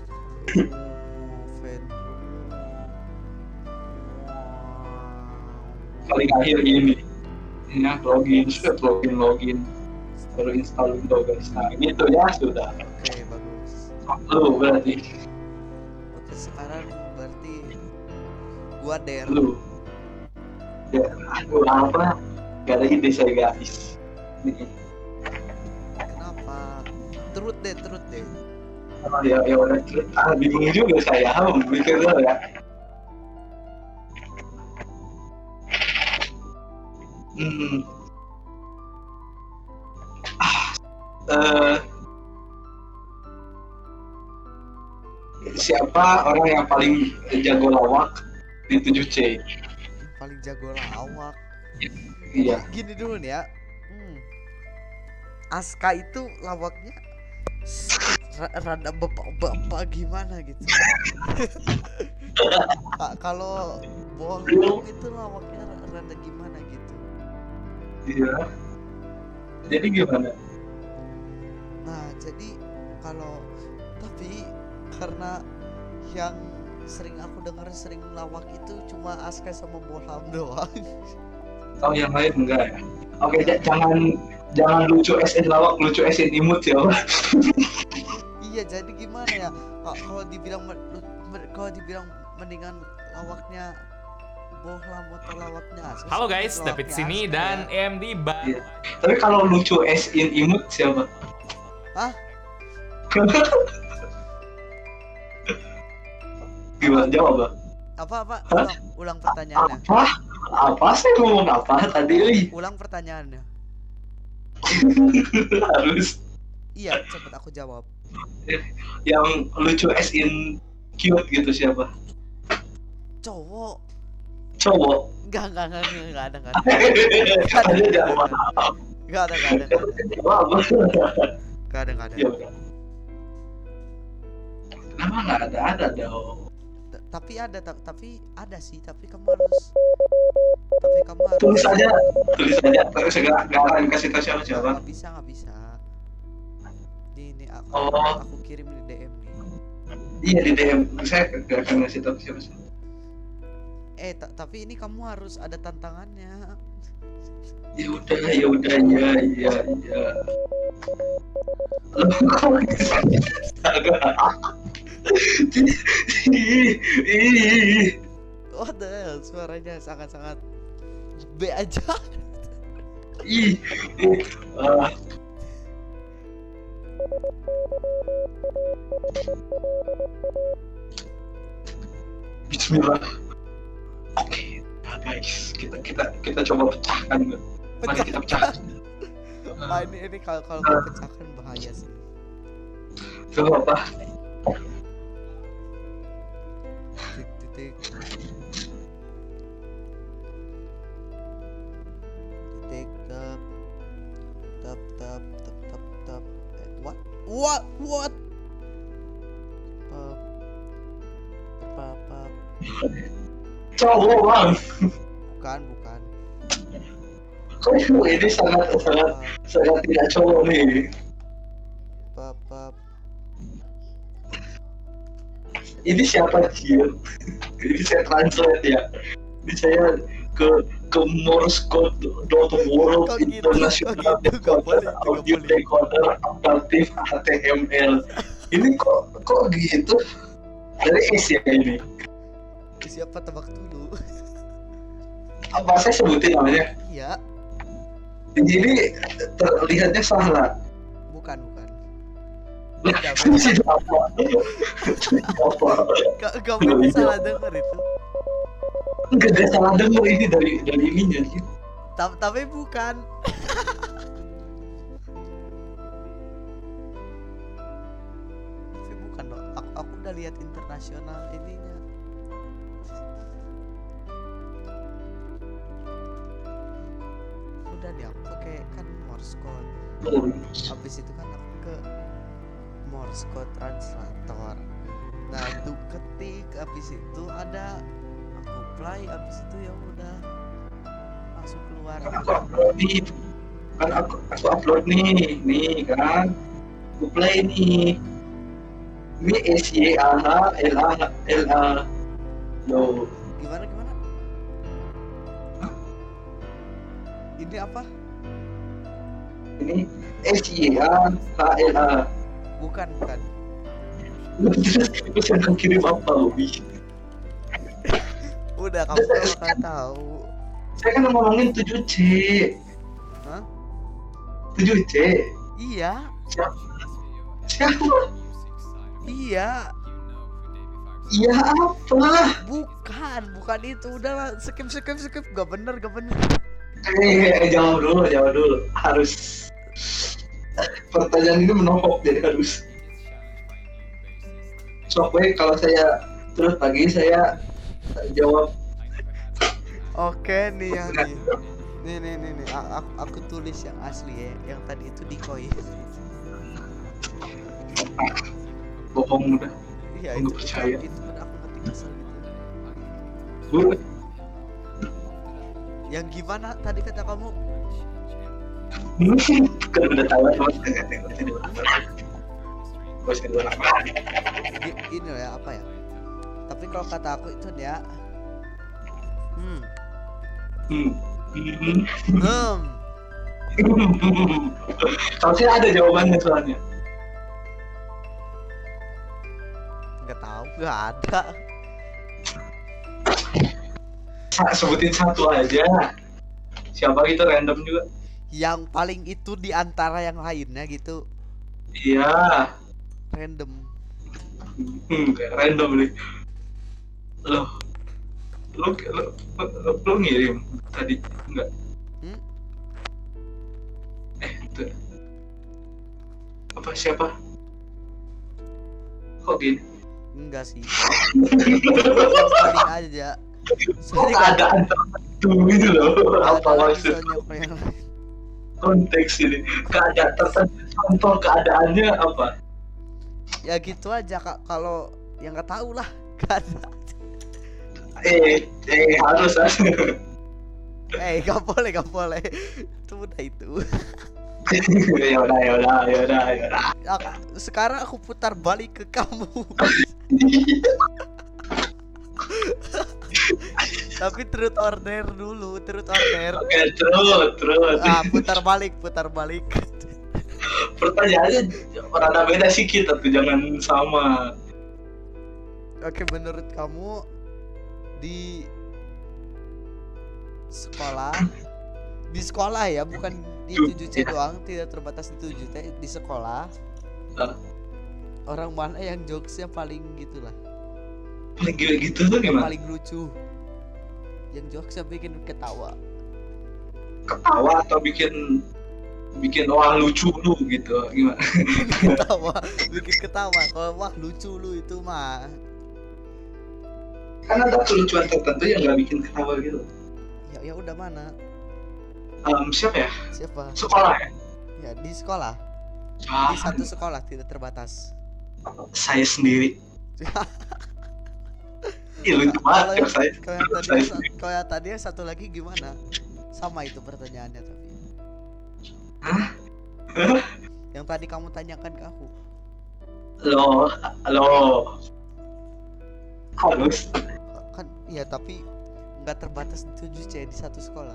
paling akhir ini. Ya, login, sudah login login. Baru install Windows guys. Nah ini tuh ya sudah. Oke, bagus. Lu berarti, Oke, sekarang berarti gua der. lu. Ya, aduh apa? Gak ada ide saya guys. Ini. Kenapa? Terus deh, terus deh. Oh, ya ya udah terus ah bingung juga saya mikir dulu ya. Hmm. Ah, eh, siapa orang yang paling jago lawak di tujuh C? Paling jago lawak. Iya. Gini dulu nih ya. Hmm. Aska itu lawaknya ra- rada bapak-bapak gimana gitu. Kak, kalau bohlam itu lawaknya ra- rada gimana gitu. Iya. Jadi gimana? Nah, jadi kalau tapi karena yang sering aku dengar sering lawak itu cuma Aska sama bohlam doang. Oh, yang lain enggak ya? Oke, j- jangan jangan lucu S N lawak, lucu S N imut ya. Iya, jadi gimana ya? Ka- Kalau dibilang men- lu- men- kalau dibilang mendingan lawaknya bohlam atau lawaknya Aska. Halo sih, guys, lawaknya David sini Aska dan ya. E M D baru. Iya. Tapi kalau lucu S N imut siapa? Hah? Gimana jawab, Bang? Apa apa? Ulang, ulang pertanyaannya. Apa? Apa sih ngomong apa tadi? Oi? Ulang pertanyaannya. Harus Iya, cepet aku jawab. yang lucu S in cute gitu siapa? Cowok. Cowok. Enggak, enggak, enggak, enggak, enggak ada, enggak ada. Enggak ada, Ada enggak jawab. ada. Enggak ada, enggak ada, enggak ada. Jawab. Enggak ada, enggak ada. Ya udah. Kenapa nggak ada ada dong? T- Tapi ada, ta- tapi ada sih, tapi kamu harus tapi kamu harus Tulis aja, tulis aja. Terus nggak nggak akan kasih tahu siapa siapa. Nggak bisa, nggak bisa. Ini, ini aku, Oh. aku kirim di D M nih. Iya di D M. Saya nggak akan ngasih tahu siapa siapa. Eh, ta- tapi ini kamu harus ada tantangannya. Ya udah, ya udah, ya, ya, ya. Loh, kok bisa? Ih, ih. What the hell, suaranya sangat-sangat B aja. Ih, ih. Ah. Bismillah. Oke, nah guys, kita kita kita coba pecahkan. Mari kita pecahkan. Ah, ini ini kalau kalau kau pecahkan bahaya sih. Coba apa? Titik titik titik tap tap tap tap tap tap eh, what what what pap pap pap Cowok bang. bukan bukan Kok ini sangat sangat sangat tidak cowok nih. pap pap Ini siapa Jill? Ini saya translate ya. Ini saya ke ke Morse code dot world Kok gitu? international Kok gitu? Gak boleh, gak audio boleh. decoder adaptive H T M L. Ini kok kok gitu? Dari Asia ini. siapa tebak dulu. Apa saya sebutin namanya? Iya, Ini terlihatnya salah. bukan bukan Lah, Beda, ini beda. sih apa? Apa? Gak, gak mungkin salah denger itu. Enggak ada salah denger ini dari dari ininya. Ta- Tapi bukan. Tapi bukan loh. Aku, aku udah lihat internasional ininya. Udah deh aku pakai kan Morse code. Habis itu kan aku ke Morse code translator. Nah, untuk ketik habis itu ada aku play habis itu ya udah langsung keluar. Kan aku upload nih. Kan aku aku upload nih, nih kan. Aku play nih. Ini S Y A H L A L A. Loh, Gimana gimana? Ini apa? ini S Y A H L A. Bukan bukan. Terus yang kirim apa, Ubi? Udah kamu gak bakal tahu. Saya kan ngomongin tujuh C. Hah? tujuh C. Iya, Siapa? Siapa? iya. Iya apa? Bukan, bukan itu. Udah skip skip skip. Gak bener, gak bener. Eh, eh, jawab dulu, jawab dulu. Harus. Pertanyaan ini menohok jadi harus. Soalnya kalau saya terus pagi saya jawab. Oke nih yang nih. Nih nih nih nih. A- Aku, aku tulis yang asli ya. Yang tadi itu decoy. Bohong udah. Iya Nggak itu percaya. itu, itu kan aku ngetik asal gitu. Gue Yang gimana tadi kata kamu? kan udah tahu mas nggak ngerti di mana. Bos itu apa? Gi- Gini loh ya apa ya? Tapi kalau kata aku itu ya, hmm, Hmm. Hmm. hmm, Harusnya ada jawabannya soalnya. nggak tahu, nggak ada. Sa- sebutin satu aja. Siapa gitu random juga. Yang paling itu di antara yang lainnya gitu, Iya. random. Hmm, kayak random nih. Loh. Lu, lu, lu, lu ngirim tadi enggak? Hmm? Eh, itu. Apa siapa? Kok gini? Enggak sih. Yang paling aja. Kok Soalnya kan- keadaan tertentu gitu loh. Apa ada maksud soalnya kalau yang lain. konteks ini? Keadaan tertentu. Contoh keadaannya apa? Ya gitu aja kak. Kalau yang nggak tahu lah, kan. Eh, eh harus harus. Eh, gak boleh, gak boleh. Itu udah itu. ya udah, ya udah, ya udah, ya udah. Ak- Sekarang aku putar balik ke kamu. Tapi truth order dulu, truth order. Oke, terus, terus. Ah, putar balik, putar balik. Pertanyaannya rada beda sih kita tuh, jangan sama. Oke, menurut kamu di sekolah, di sekolah ya, bukan di tujuh C doang, tidak terbatas di tujuh C, di sekolah. Ah. Orang mana yang jokesnya paling gitulah, Paling gila gitu tuh gimana? paling lucu, yang jokesnya bikin ketawa. Ketawa atau bikin bikin orang lucu lu gitu gimana? Ketawa, bikin ketawa. Kalau wah lucu lu itu mah. Kan ada kelucuan tertentu yang nggak bikin ketawa gitu. Ya ya udah mana? Um, siapa ya? Siapa? Sekolah ya? Ya di sekolah, Ah, di satu sekolah tidak terbatas. saya sendiri. Ih lucu Kalau banget yang, ya saya. kalau yang tadi, saya sa- sendiri. kalau yang tadi yang satu lagi gimana? Sama itu pertanyaannya tapi. Hah? Yang tadi kamu tanyakan ke aku. Lo, lo harus. Kan iya tapi nggak terbatas di tujuh C di satu sekolah.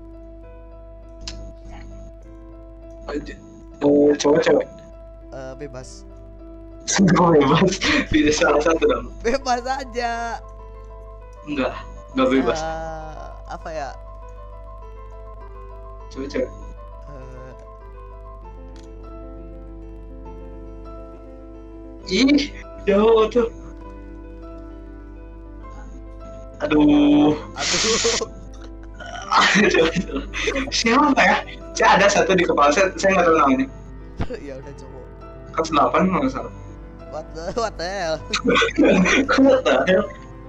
Oh, coba coba. Eh, bebas. Semua bebas. Pilih salah satu dong. Bebas aja. Enggak, enggak bebas. Eh, apa ya? Coba coba. Eh, Ih, jauh tuh. Aduh. aduh. Aduh, aduh. Siapa ya? Saya ada satu di kepala saya, saya nggak tahu namanya. Ya udah coba. Kelas delapan nggak salah. What the what the hell? What the hell?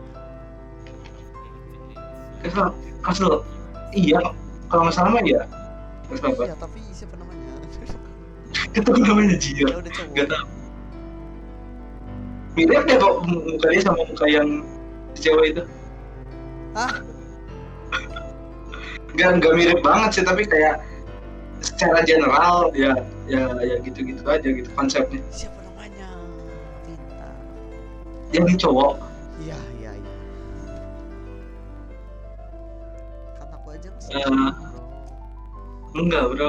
Kelas kelas delapan. Iya, kalau nggak salah mah iya. Kelas delapan. Ya tapi siapa namanya? Itu namanya Jir. Ya udah coba. Gak tahu. Mirip deh kok mukanya sama muka yang cewek itu. Hah? Gak, gak mirip banget sih, tapi kayak secara general ya ya ya gitu-gitu aja gitu konsepnya. Siapa namanya? Pintar. Yang cowok. Iya iya iya. Kan aku aja ngasih Eh. tahu, bro. Enggak bro.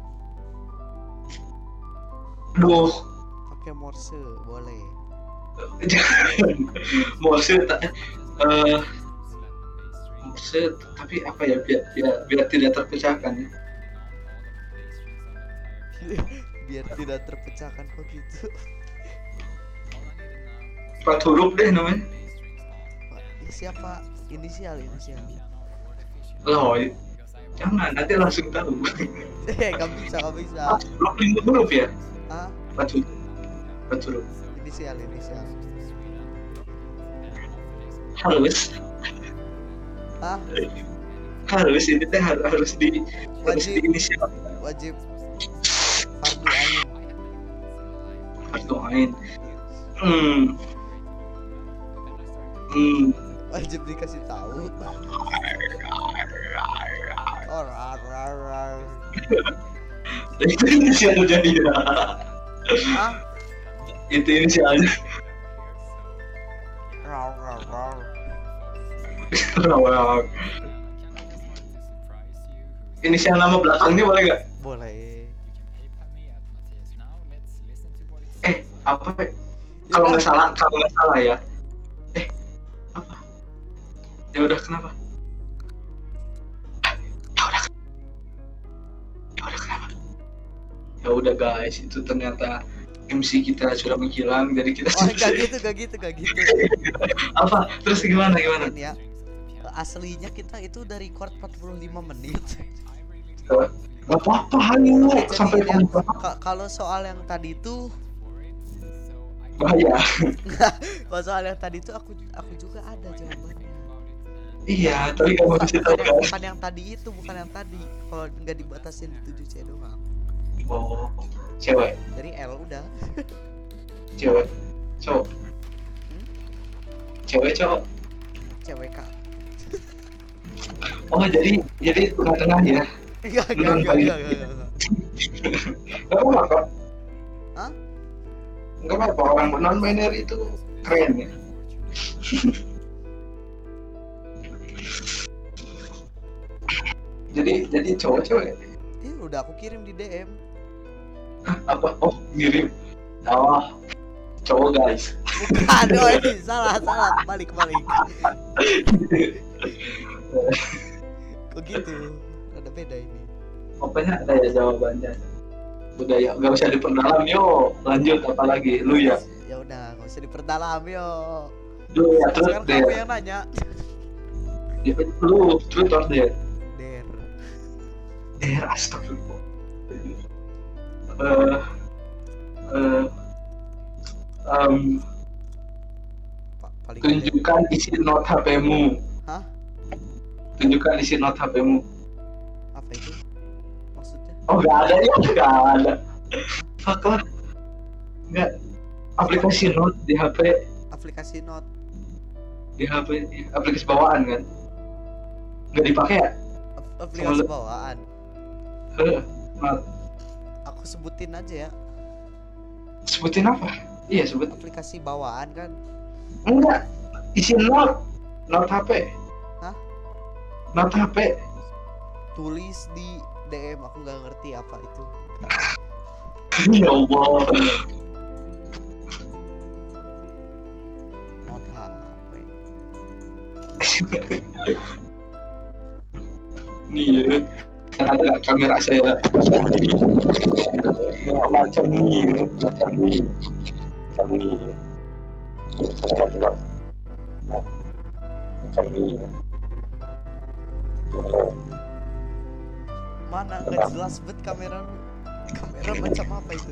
Duh, Pakai Morse boleh. jangan. Morse, ta- eh, Morse, tapi apa ya biar, biar, biar tidak terpecahkan ya. Biar tidak terpecahkan kok gitu. Empat huruf deh namanya. Pak, ini siapa? Inisial inisial. Loh, jangan nanti langsung tahu. Eh gak bisa gak bisa. Huruf lima huruf ya? Ah, Empat huruf. Empat huruf. inisial inisial. Harus, Ah, harus ini teh harus harus di harus Wajib. di inisial. wajib fardu ain. Harus doain. Hmm. Hmm. Wajib dikasih tahu. Orar, orar. Itu inisial jadi ya. Ah, Itu inisialnya. rar, rar, rar. Wow. Inisial nama belakangnya boleh nggak? Boleh. Eh, apa? ya? Kalau nggak salah, kalau nggak salah ya. Eh, apa? Ya udah kenapa? Ya udah. Ya udah kenapa? Ya udah guys, itu ternyata M C kita sudah menghilang, jadi kita Oh, gak gitu, gak gitu, gak gitu. apa? Terus gimana gimana? Ini ya. Aslinya kita itu udah record empat puluh lima menit. Gak apa-apa, ayo Jadi sampai ya, kompak. ka- kalau soal yang tadi itu, Bahaya. kalau soal yang tadi itu aku aku juga ada jawabannya. Iya, tapi kamu Bukan, kasih bukan, tahu yang, kan? bukan yang tadi itu, bukan yang tadi. Kalau nggak dibatasin tujuh C doang. Oh, cewek, Dari L udah. cewek, cowok, Hmm? cewek, cowok. Cewek Kak. Oh, jadi jadi tengah-tengah ya? Enggak, enggak, enggak, enggak, enggak, enggak. Gak apa-apa kok. Hah? Gak apa-apa, orang non-binary itu keren ya. jadi jadi cowok cewek Ih, udah aku kirim di D M. apa? Oh, ngirim. Oh, cowok guys. Bukan, oh ini salah, salah. Balik, balik. Kok gitu? Ada beda ini. Pokoknya ada ya jawabannya. Udah ya, gak usah diperdalam yo. Lanjut apa lagi? Lu ya. Ya udah, nggak usah diperdalam yo. Lu ya, terus Sekarang deh. kamu yang nanya. Ya, lu truth or dare? Der. Dare, astagfirullah. Eh, eh, um, Pa- paling tunjukkan isi not H P-mu. Hah? Tunjukkan isi not H P-mu. Apa itu? Maksudnya? Oh, nggak ada ya? Nggak ada. Fuck lah. Nggak. Aplikasi note di H P, Aplikasi note. di H P, aplikasi bawaan kan? Nggak dipakai ya? Ap- aplikasi Sama- bawaan. Eh, not. Aku sebutin aja ya. Sebutin apa? Iya, sebut. Aplikasi bawaan kan. Enggak. Isi note. Note H P. Hah? Note H P. Tulis di D M, aku nggak ngerti apa itu. Ya Allah. Note H P. Nih ya. Kan ada kamera saya. Ya, macam ini, macam ini. Macam ini. Macam ini. Mana nggak jelas bet kamera lu. Kamera macam apa itu?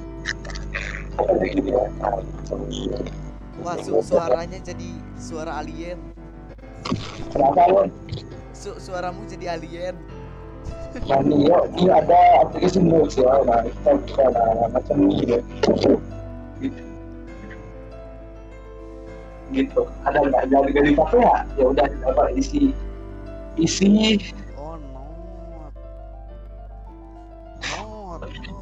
Wah, su- suaranya jadi suara alien. Kenapa lo? Su- suaramu jadi alien. Nah, nih, yo, ini ada aplikasi notes ya. Nah, kita buka nah, macam ini ya. Gitu. Gitu. Ada nggak? Jadi gak dipakai ya? Ya udah, apa isi isi Oh, not. Not.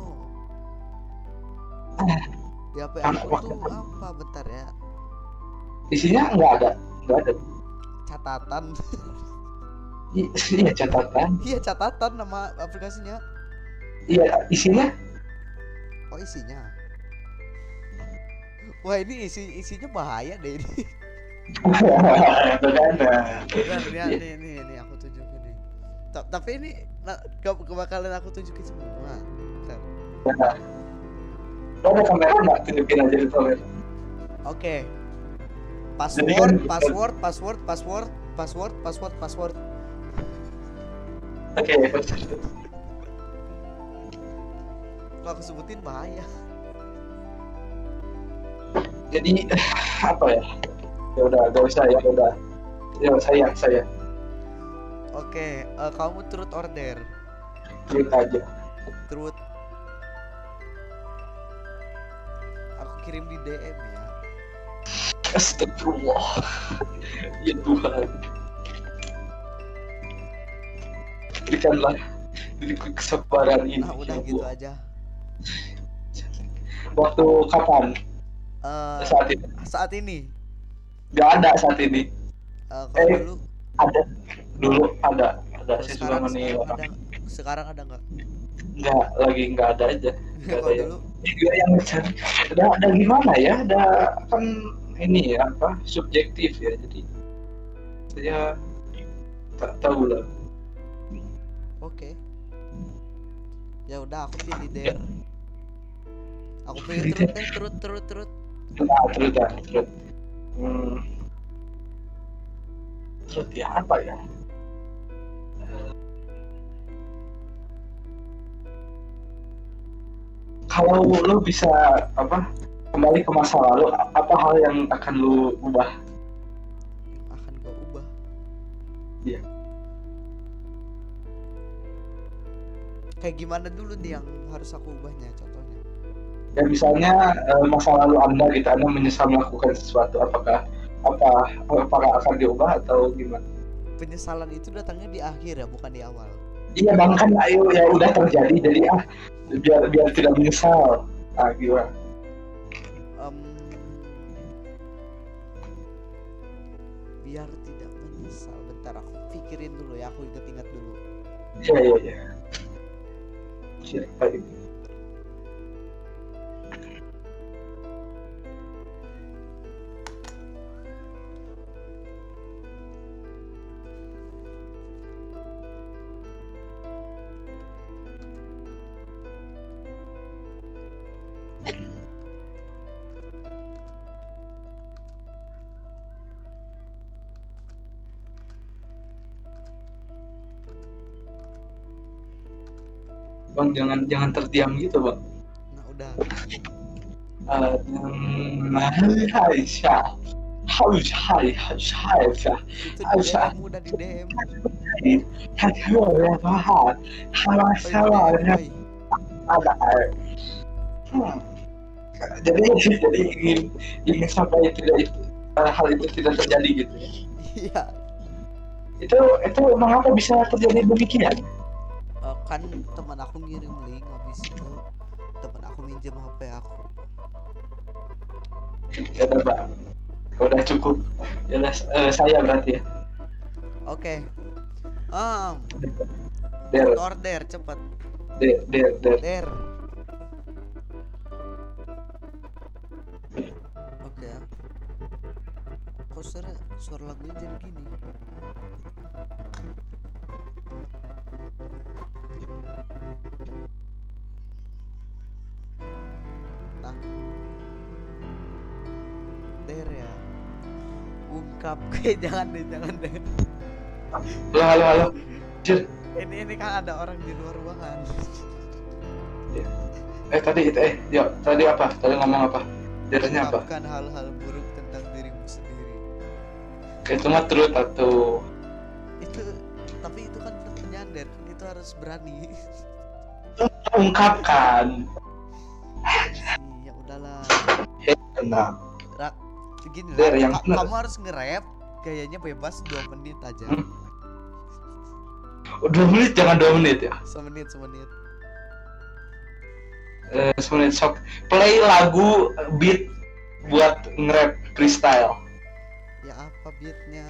Oh. Di H P aku tuh apa? Bentar ya. isinya nggak ada, nggak ada. Catatan. I- Iya catatan. Iya, catatan nama aplikasinya. Iya isinya. Oh, isinya. Wah, ini isi isinya bahaya deh ini. Benar. Bentar, lihat nih, nih, nih aku tunjukin nih. Ta- Tapi ini nah, gak bakalan aku tunjukin semua. Bentar. Lo ada kamera nggak? Tunjukin aja di kamera. Oke. Jadi Password, kan- password, password, password, password, password, password. Oke. Kalau aku sebutin bahaya. Jadi apa ya? Ya udah, gak usah ya udah. Ya saya saya Oke, eh, kamu truth or dare? cerita aja. Truth. Aku kirim di D M ya. Astagfirullah. Ya Tuhan. Berikanlah diriku kesabaran ini. Nah udah ya gitu Allah. aja. Waktu kapan? Eh, Saat ini? saat ini Gak ada saat ini. eh, kalau Eh. dulu Ada. Dulu ada. Ada. kalau Saya suka sekarang meni sekarang orang. ada sekarang ada nggak? Nggak, lagi nggak ada aja. Nggak ada Kalau yang. dulu Juga yang mencari. Ada, ada gimana ya? Ada kan ini ya apa? Subjektif ya. Jadi saya tak tahu lah. oke. Ya udah aku pilih Der. Aku pilih terus deh, terus terus terus. Nah, terus dah, terus. Hmm. Terus ya apa ya? Kalau lo bisa apa kembali ke masa lalu, apa hal yang akan lo ubah? Akan gua ubah. Iya. Kayak gimana dulu nih yang harus aku ubahnya contohnya? Ya misalnya eh, masa lalu anda gitu, anda menyesal melakukan sesuatu, apakah apa apakah akan diubah atau gimana? Penyesalan itu datangnya di akhir ya, bukan di awal. Iya bang, kan ayo ya udah terjadi, jadi ah biar biar tidak menyesal. Ah gimana? Em, biar tidak menyesal. Bentar aku pikirin dulu ya, aku inget-inget dulu. Iya iya iya. Siapa ini? Bang jangan jangan terdiam gitu bang. Nah udah. Uh, hai hai sya, hai hai hai hai sya, Itu hai di D sya, M, udah di D M. hai hai hai hai Oi, salah di D M, oi. ada. Hmm. Jadi jadi ingin ingin sampai tidak itu hal itu tidak terjadi gitu ya. Iya. Itu itu mengapa bisa terjadi demikian? Eh, kan teman aku ngirim link, habis itu teman aku minjem H P aku. Ya udah bang, udah cukup. Ya udah eh, saya berarti ya. Oke. Um, Der order cepet. der der der. Der. Oke. Kok suara suara lagunya jadi gini? Nah. Der ya. Ungkap kayak jangan deh, jangan deh. Halo halo halo. Jir. Ini ini kan ada orang di luar ruangan. Eh tadi itu eh ya tadi apa? Tadi ngomong apa? Dernya apa? Bukan hal-hal buruk tentang dirimu sendiri. Itu mah terus atau Itu tapi itu kan penyadar, kan itu harus berani. ungkapkan. Ya udahlah. Nah, Rak, begini Der, lah. yang Ka- bener. kamu harus nge-rap gayanya bebas dua menit aja. Hmm. dua menit jangan dua menit ya. Semenit semenit. Eh semenit sok. Play lagu beat buat nge-rap freestyle. Ya apa beatnya?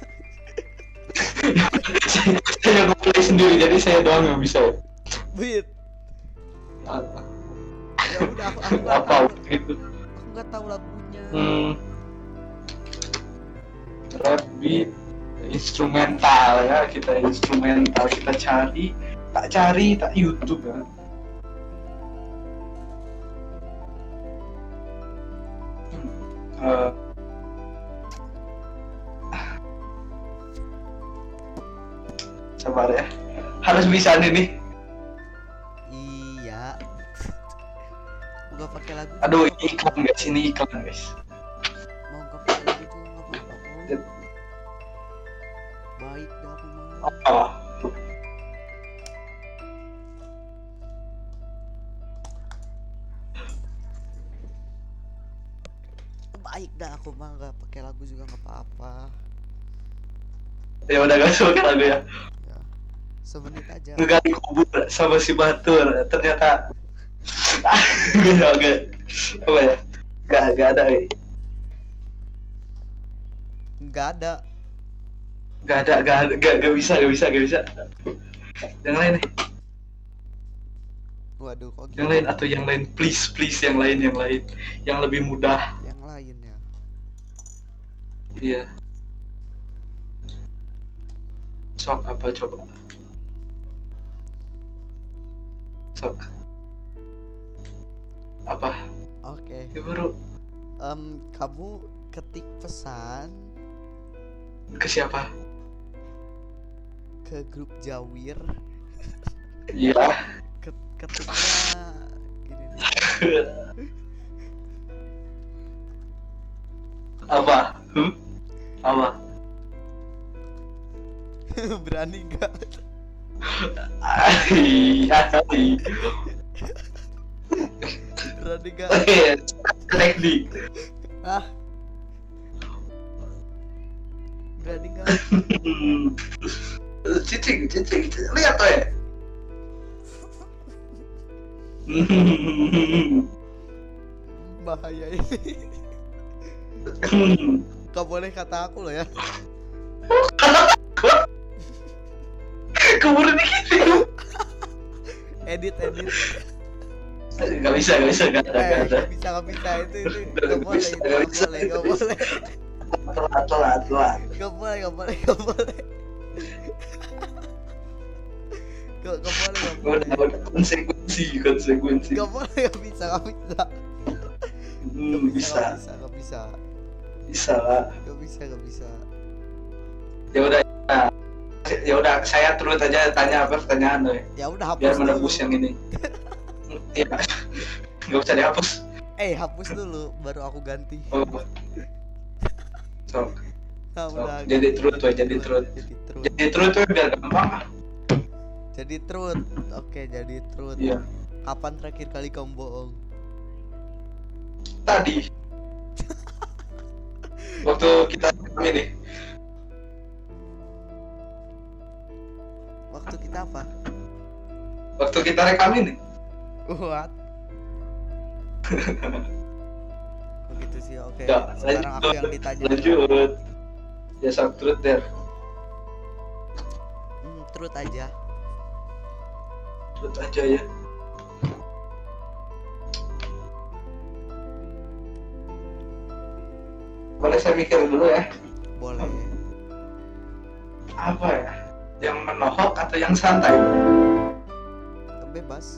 saya saya nggak play sendiri jadi saya doang yang bisa. Beat. Ah, Ya udah aku aku nggak apa tahu. gitu. Aku nggak tahu lagunya. Hmm. Rap beat instrumental ya, kita instrumental kita cari tak cari tak YouTube ya. Uh, sabar ya, harus bisa nih. Iya. Nggak pakai lagu. Aduh ini iklan guys, ini iklan guys. Mau nggak pakai lagu juga nggak apa-apa. Yep. Baik dah aku mau. Oh. lagu juga nggak apa-apa. Ya udah gak suka lagu ya. Ya, semenit aja. Ngegali kubur sama si Batur ternyata gak gak apa ya gak gak ada eh. Nggak ada. Gak ada gak ada gak, gak bisa gak bisa gak bisa. Yang lain nih. Waduh, kok Yang gitu? lain atau yang lain please please yang lain yang lain yang lebih mudah. Yang lain ya. Iya. Sok apa coba? Sok. Apa? Oke. Ya baru Em, kamu ketik pesan ke siapa? ke grup Jawir. Iya. Ket- ketiknya gini nih. Apa? Hmm? Apa? Berani nggak? Ai, ai. Berani nggak? Teknik. Ah, berani nggak? Cicing, cicing, cicing. Lihat tuh ya. Bahaya ini. Gak boleh kata aku loh ya. Keburu gitu. Edit edit. Gak bisa, gak bisa, gak ada, Eh, gak ada. gak bisa gak bisa itu itu Gak gak boleh bisa, itu gak gak bisa. boleh gak boleh Telat, telat, telat. gak boleh gak boleh gak boleh gak gak boleh gak boleh Udah, udah konsekuensi, konsekuensi. gak boleh gak bisa gak bisa Hmm, gak bisa, bisa gak bisa bisa lah. gak bisa gak bisa Ya udah, ya. Ya udah, saya turut aja tanya apa pertanyaan tuh. ya udah hapus Biar dulu. menebus yang ini. Iya, nggak usah dihapus. Eh hapus dulu baru aku ganti. Oh. Sok, Nah, sok. udah Jadi ganti. truth, woy, jadi truth. Jadi truth. Jadi truth tuh biar gampang. Jadi truth. Oke, jadi truth. Iya. Kapan terakhir kali kamu bohong? Tadi. Waktu kita ini. Waktu kita apa? Waktu kita rekam ini. What? Begitu sih, oke. Ya, Sekarang aku lanjut, yang ditanya. Lanjut. Ya sok truth der. Hmm, truth aja. Truth aja ya. Boleh saya mikir dulu ya. Boleh. Apa ya? Yang menohok atau yang santai? Bebas.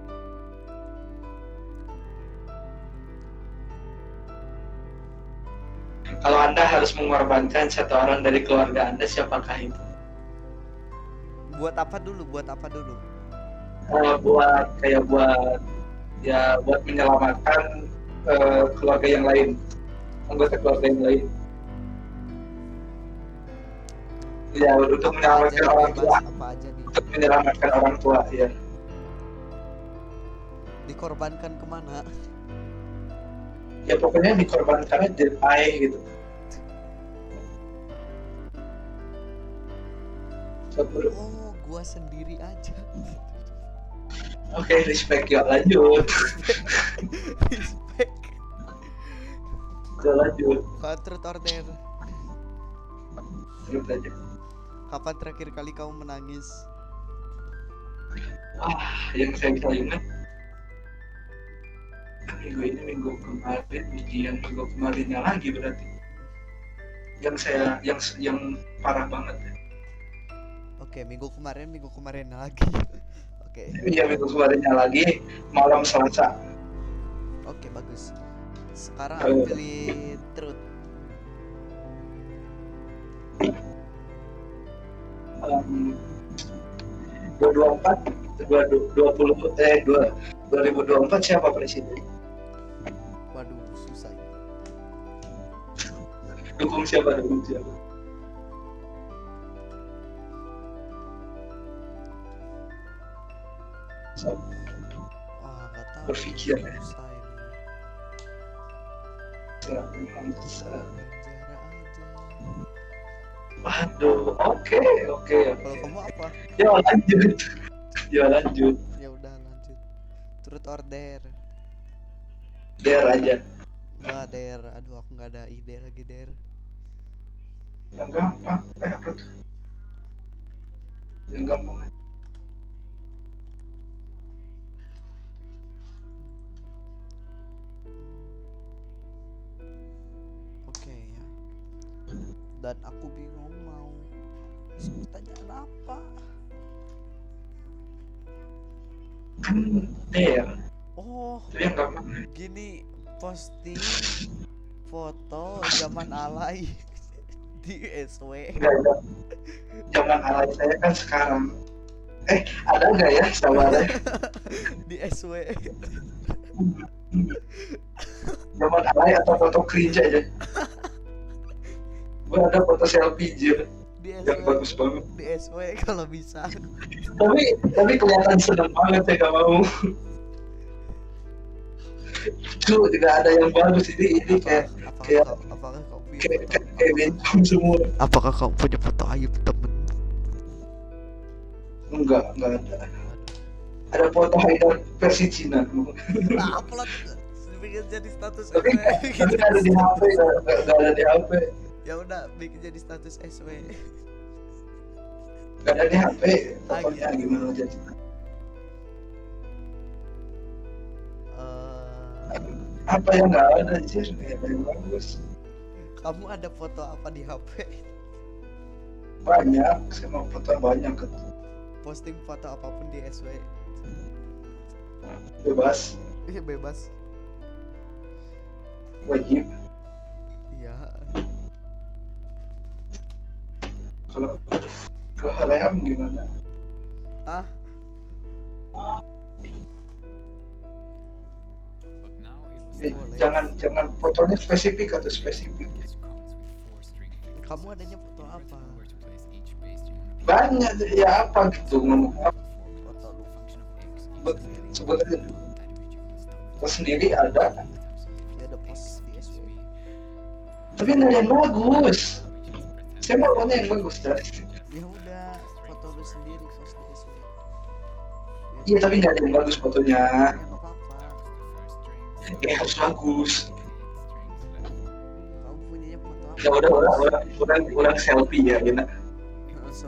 Kalau Anda harus mengorbankan satu orang dari keluarga Anda, siapakah itu? Buat apa dulu? Buat apa dulu? Uh, buat kayak buat ya buat menyelamatkan uh, keluarga yang lain, anggota keluarga yang lain. Ya untuk Apa menyelamatkan aja, orang bebas, tua, apa aja nih? untuk menyelamatkan orang tua ya. Dikorbankan kemana? Ya pokoknya dikorbankannya jadi gitu. Satu. Oh, gua sendiri aja. Oke, respect ya, lanjut. Respect. Ya, lanjut. Kalau truth or dare, Lanjut aja. kapan terakhir kali kamu menangis? Wah, yang saya bisa ingat minggu ini minggu kemarin ujian minggu kemarinnya lagi berarti yang saya yang yang parah banget ya. Oke, minggu kemarin, minggu kemarin lagi. Oke, Iya minggu kemarinnya lagi malam Selasa. oke bagus. Sekarang aku Eh. pilih truth. Um, dua dua empat dua dua puluh eh dua dua ribu dua puluh empat siapa presiden? Waduh, susah ini. Dukung siapa? Dukung siapa? So, Wah, nggak tahu. Berpikir, ya. Susah ini. selalu bisa. Penjara Waduh, oke, oke, Kalau oke. kamu apa? Ya lanjut, ya lanjut. Ya udah lanjut. Turut order. Der aja. Enggak, Der. Aduh, aku nggak ada ide lagi, Der. Yang gampang. Eh apa tuh? Yang gampang. Oke ya. Dan aku bingung mau pertanyaan apa. Kan der. Oh, Itu yang gampang. gini, posting foto zaman alay di S W. Enggak ada. Zaman alay saya kan sekarang. Eh, ada nggak ya sabarnya? Di S W. Zaman alay atau foto cringe aja? Gue ada foto selfie aja Di S yang W. bagus banget. Di S W kalau bisa. Tapi tapi kelihatan seneng banget ya gak mau. Itu tidak ada yang bagus ini ini kayak Apakah kayak kau, apakah kau punya kayak foto? kayak, kayak bencong semua. Apakah kau punya foto Ayub temen? Enggak, enggak ada. Aduh. Ada foto Haidar versi Cina. Nah, upload bikin jadi status S W. Tapi tapi nggak ada di H P, nggak nggak- nggak ada di H P, Ya udah, bikin jadi status S W. nggak ada di H P. Fotonya gimana jadi? Eh, Apa yang nggak ada sih? Nggak ada yang bagus. kamu ada foto apa di H P? Banyak, saya mau foto banyak kan. Posting foto apapun di S W. Bebas, Iya, bebas. wajib. Iya. Kalau ke Haleam gimana? Ah, But now it was Eh, Boleh. jangan jangan fotonya spesifik atau spesifik. this comes with four string figures. kamu adanya foto apa? Where to place each based on a Banyak ya apa gitu ngomong apa Foto lu. function of x. Sebut- sebutnya That image you can start foto sendiri ada, Ya ada post di S W. tapi nggak ada yang bagus. Saya mau fotonya yang bagus dah. Ya udah, foto lu sendiri post di S W. Iya tapi nggak ada yang bagus fotonya. Ya nggak apa-apa. Eh harus bagus. Kamu punyanya foto apa? Ya udah udah udah udah udah selfie ya Gina. So,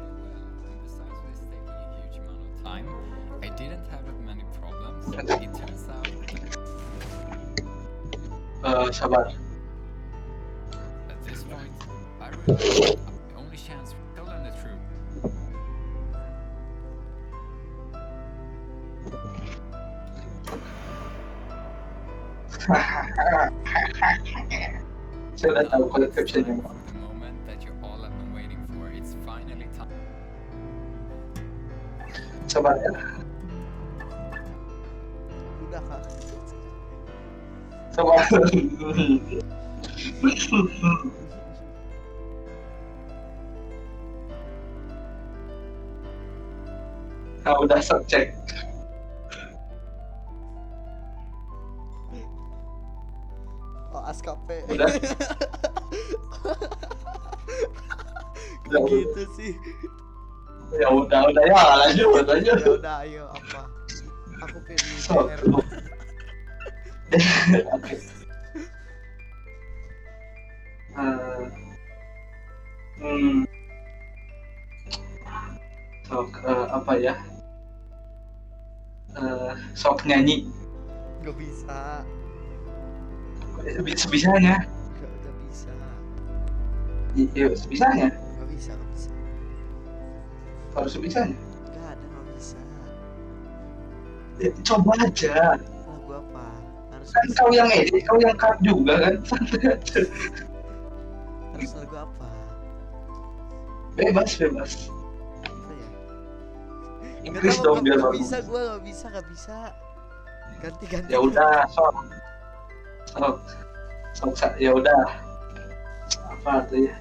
Time. I didn't have many problems. It turns out Eh, sabar. at this point, I realized the only chance to learn the truth. Saya udah tahu kalau captionnya apa. The moment that you all have been waiting for, it's finally time. Sabar ya. udah kak. Sabar. Nah, udah subjek. Oh, Askape. Udah. Udah, Gitu sih. Ya udah udah ya lanjut lanjut. Ya udah, ayo apa? Aku pilih So, D R. Oke. Eh, hmm. Sok eh, apa ya? Eh, sok nyanyi Gak bisa. sebisanya. Gak, gak bisa. Iya sebisanya. Gak bisa, gak bisa. Harus sebisanya. Gak ada, gak bisa. Ya, coba aja. Lagu apa? Harus Kan bisa. kau yang edit, kau yang cut juga kan. Santai aja. Harus lagu apa? Bebas bebas. Apa ya? Inggris Gak dong biar gak bagus. bisa, gue gak bisa, gak bisa. Ganti, ganti. Ya udah sok. Sok. Sok sa- ya udah. Apa tuh ya?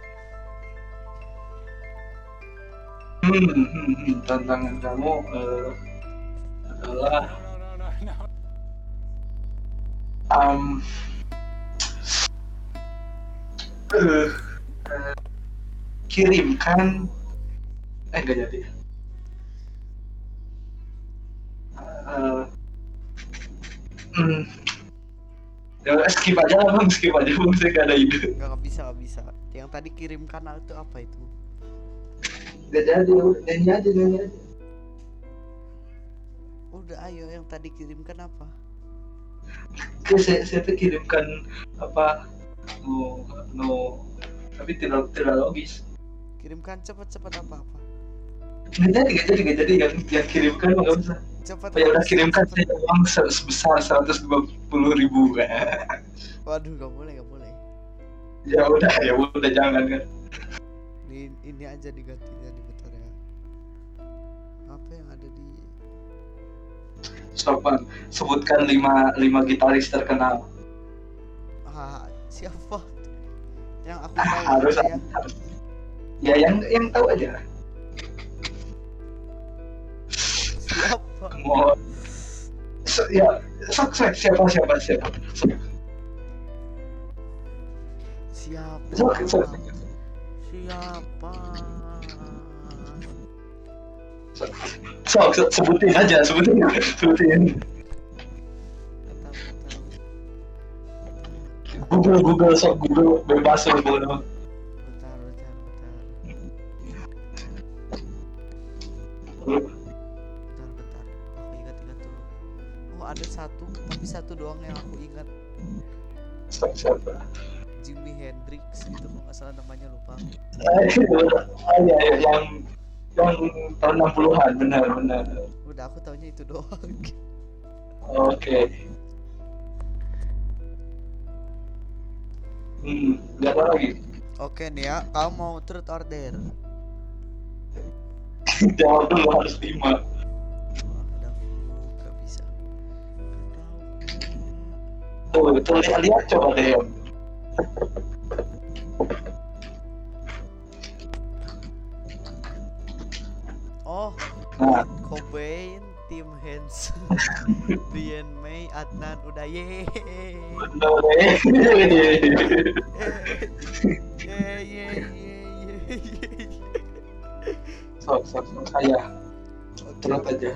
Hmm, hmm, hmm. Tantangan kamu eh, adalah No, no, no, no, no. um, eh, eh, kirimkan eh nggak jadi. Uh, hmm. Ya, skip aja lah bang, skip aja bang, saya gak ada ide. Nggak nggak bisa nggak bisa. Yang tadi kirimkan itu apa itu? Gak jadi, nyanyi aja, nyanyi aja. Udah ayo yang tadi kirimkan apa? Oke, saya, saya tuh kirimkan apa? No, no, tapi tidak tidak logis. Kirimkan cepat-cepat apa-apa. Nggak jadi, nggak jadi, nggak jadi. Yang yang kirimkan nggak usah. Cepat. Oh, ya udah kirimkan cepet. saya uang se- sebesar seratus dua puluh ribu. Waduh, nggak boleh nggak boleh. Ya udah, ya udah jangan kan. Ini ini aja digantinya di bentar ya. Apa yang ada di Sopan, sebutkan lima lima gitaris terkenal. ah siapa? Yang aku Ah, tahu harus, aja ya. harus. Ya yang yang tahu aja. Siapa? Mau so, ya so, so, siapa siapa siapa. Siapa? So, so, Siapa? so, so, so, sebutin aja, sebutin, sebutin. Nggak tahu, nggak tahu. Google Google sok Google bebas loh bono. Bentar, bentar, bentar. Lu- Bentar, bentar. Aku ingat-ingat dulu. Oh, ada satu, tapi satu doang yang aku ingat. so, siapa? Jimi Hendrix gitu, kalau nggak salah namanya lupa. Ah, iya, iya, yang yang tahun enam puluhan, benar benar. Udah aku taunya itu doang. Oke. Hmm, nggak ada lagi. Oke nih ya, kamu mau truth or dare? Jawab dulu harus lima. Wah, udah nggak bisa. Tuh, tuh lihat-lihat coba deh. Oh, Nah, Cobain, Tim Henson, Brian May, Adnan udah ye. benar deh. Ye ye ye ye. Sok, sok, sok saya. Terus aja.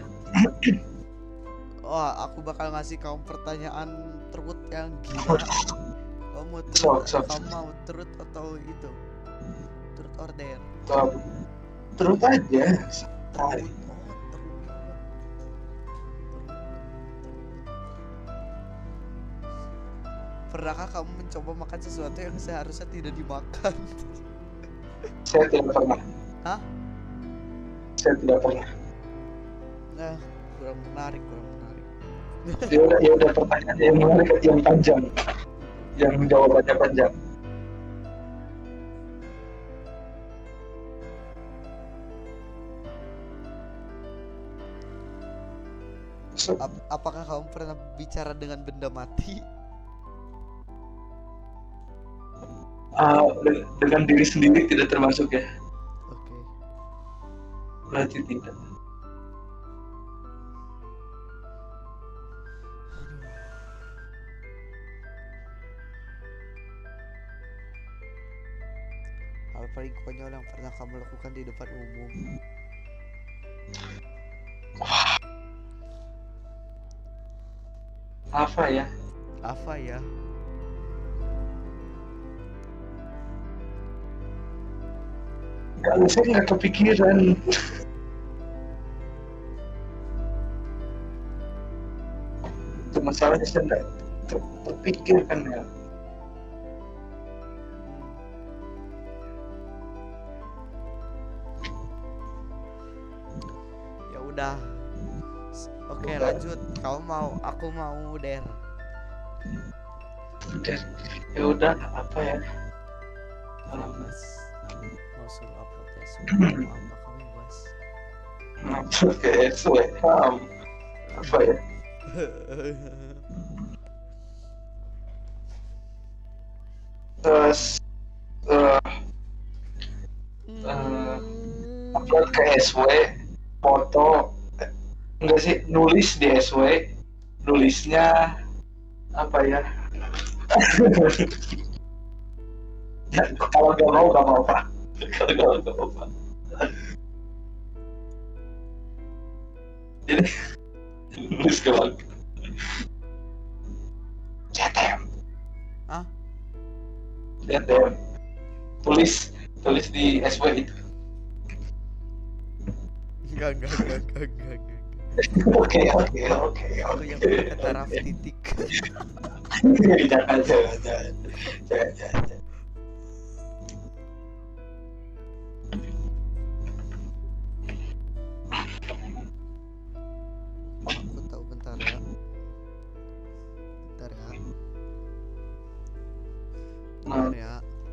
Wah, aku bakal ngasih kamu pertanyaan truth yang gila. Kamu mau Sok, truth, sok. kamu mau truth atau itu? Truth or dare? Sok. Terus aja. Tarik. Oh, truth. Pernahkah kamu mencoba makan sesuatu yang seharusnya tidak dimakan? Saya tidak pernah. Hah? Saya tidak pernah. Nah, kurang menarik, kurang menarik. Ya udah, ya udah pertanyaan yang menarik, yang panjang, yang jawabannya panjang. So, Ap- apakah kamu pernah bicara dengan benda mati? uh, de- dengan diri sendiri tidak termasuk ya? Oke. Berarti tidak. Hal paling konyol yang pernah kamu lakukan di depan umum. Apa ya? Apa ya? Kalau saya nggak kepikiran. Itu masalahnya saya nggak ter- terpikirkan ya. Ya udah. S- Oke, Udah. lanjut. Kamu mau, aku mau dare. Dan ya udah apa ya? Um, Bebas. Mau suruh upload ya, suruh mau apa kamu bebas. Oke, sesuai. Um, apa ya? Terus uh, uh, upload ke S W, foto, eh, enggak sih, nulis di S W, nulisnya apa ya? Ya, kalau nggak mau nggak mau apa? Kalau kalau nggak apa. Jadi nulis ke bang. C T M. Ah? C T M. Tulis tulis di S W itu. Enggak, enggak, enggak, enggak, enggak, enggak. Oke oke oke Aku yang oke. pakai taraf titik. Jangan jangan jangan jangan jangan. Aku tahu, bentar ya. Bentar ya. Bentar ya.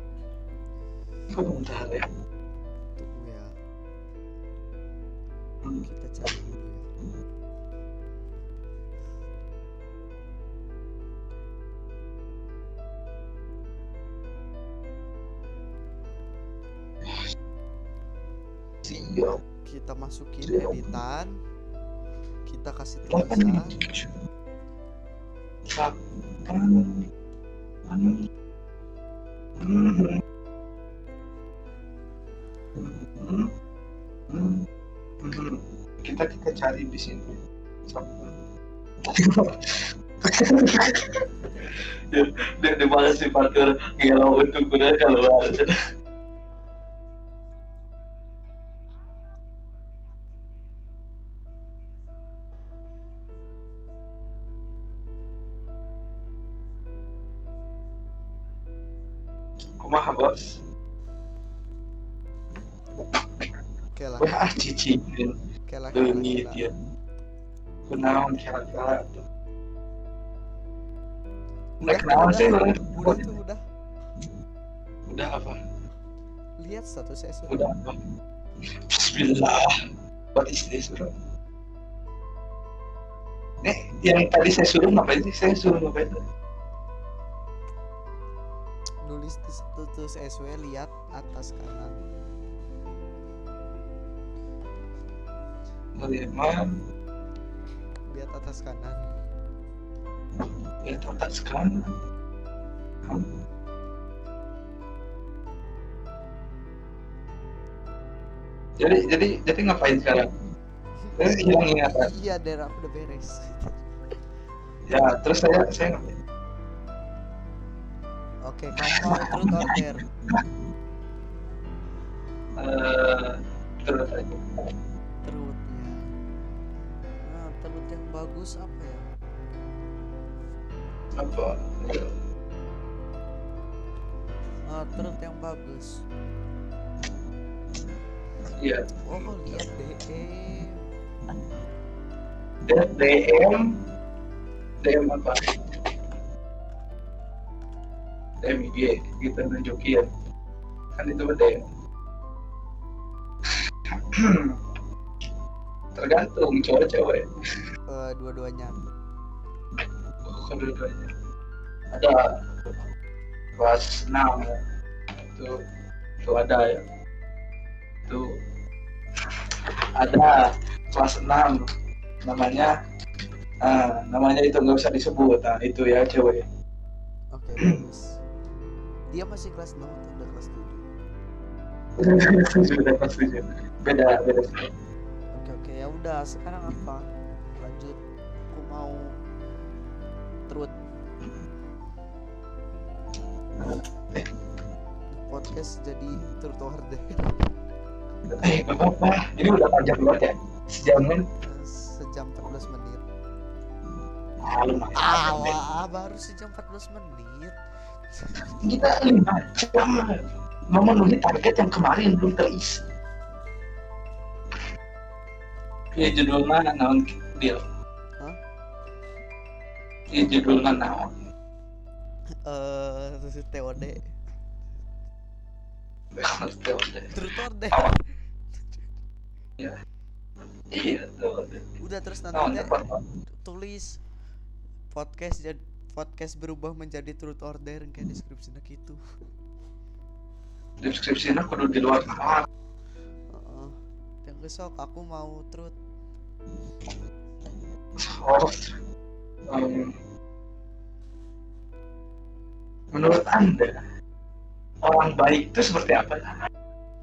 Bentar ya. Tunggu ya. Hmm. Kita cari dulu ya. Siap. Kita masukin Siap. editan. Kita kasih Kapan tulisan. Kapan? Hmm. Hmm. Hmm. Hmm. Hmm. Kita kita cari di sini. dia dia dia malah si partner ngelau untuk kuda keluar. Kumaha bos? Oke lah. Wah cici. Oke lah. Leungit ya. Kunaon kira-kira tuh. Udah, Nek naon sih udah, orang? udah tuh udah. Udah apa? Lihat status saya sudah. Udah apa? Bismillah. What is this bro? Nih, yang tadi saya suruh ngapain sih? Saya suruh ngapain? Nulis di status S W, lihat atas kanan. Melihat Lihat atas kanan. lihat atas kanan. Hmm. Jadi jadi jadi ngapain sekarang? Saya hilang ingatan. Iya, daerah aku udah beres. Ya terus saya saya ngapain? Oke, kamu mau truth order. Eh, terus aja. Truthnya. Nah, truth yang bagus apa ya? Apa? Ah, truth yang bagus. Iya. Oh, lihat D M. Dan D M D M apa? D M I G kita nunjukin kan itu D M. Tergantung cowok cewek. Eh, dua-duanya. Oh, dua-duanya. Ada kelas enam ya. Itu itu ada ya. Itu ada kelas enam namanya ah, namanya itu nggak usah disebut. Nah, itu ya cewek. Oke, bagus. Dia masih kelas enam atau udah kelas tujuh? Sudah kelas tujuh. Beda beda sih. Oke, oke, ya udah, sekarang apa? Lanjut. Aku mau truth. Eh, Podcast jadi truth order. eh nggak apa-apa. Ini udah panjang banget ya. Sejam kan? Sejam empat belas menit. Ah, lumayan. Ah, wah, baru sejam empat belas menit. Kita lima jam memenuhi target yang kemarin belum terisi. Ya judulnya naon deal. Hah? Ya judulnya naon. Eh, T O D. Truth order. Ya. Iya tuh. Udah, terus nanti Naon teh dapat. tulis podcast jadi podcast berubah menjadi truth order kayak deskripsinya gitu. Deskripsinya kudu di luar kamar. Heeh. Yang besok aku mau truth. Oh. Um, menurut Anda orang baik itu seperti apa?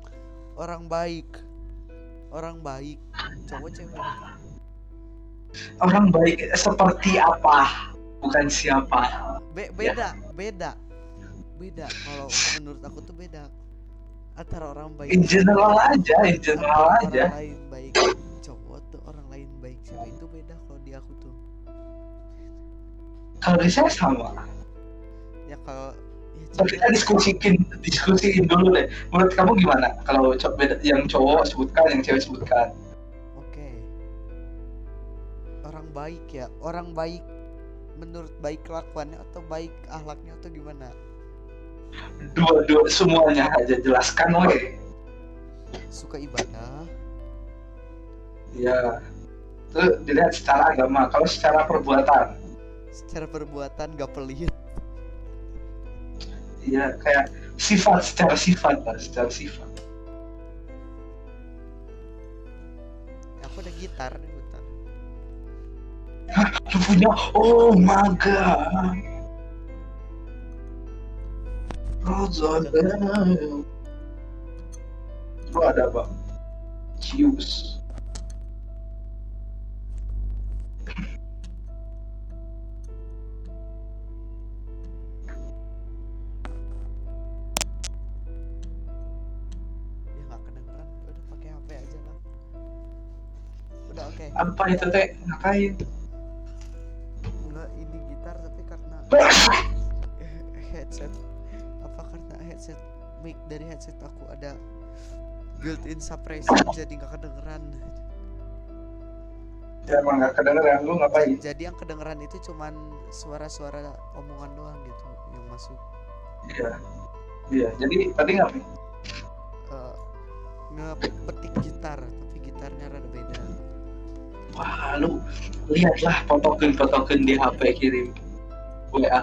orang baik. Orang baik. Cowok cewek. Orang baik seperti apa? Bukan siapa. Be- beda, beda. Beda. Kalau menurut aku tuh beda. Antara orang baik In general aja, in general orang aja. lain baik cowok tuh, orang lain baik cewek itu beda kalau di aku tuh. Kalau di saya sama. Ya kalau ya So, kita diskusiin, diskusiin dulu deh. Menurut kamu gimana? Kalau co- beda, yang cowok sebutkan, yang cewek sebutkan. Oke. Orang baik ya, orang baik menurut baik kelakuannya atau baik akhlaknya atau gimana? Dua-dua semuanya aja jelaskan, weh. Suka ibadah, Ya. Itu dilihat secara agama. Kalau secara perbuatan, secara perbuatan gak pelit. ya kayak sifat, secara sifat lah, secara sifat. Aku ada gitar nih, bentar. Lu punya, oh my god. Rosanna. Lu ada apa? Cius. Ya nggak kedengeran, udah pakai H P aja lah. Udah oke. Apa itu teh? Ngapain? Enggak, ini gitar tapi karena headset. Apa karena headset mic dari headset aku ada built-in suppressor jadi nggak kedengeran. Ya emang nggak kedengeran, lu ngapain? Jadi yang kedengeran itu cuman suara-suara omongan doang gitu yang masuk. Iya. Iya, jadi tadi ngapain? Uh, ngepetik gitar tapi gitarnya rada beda. Wah, lu lihatlah fotokin-fotokin di H P kirim W A.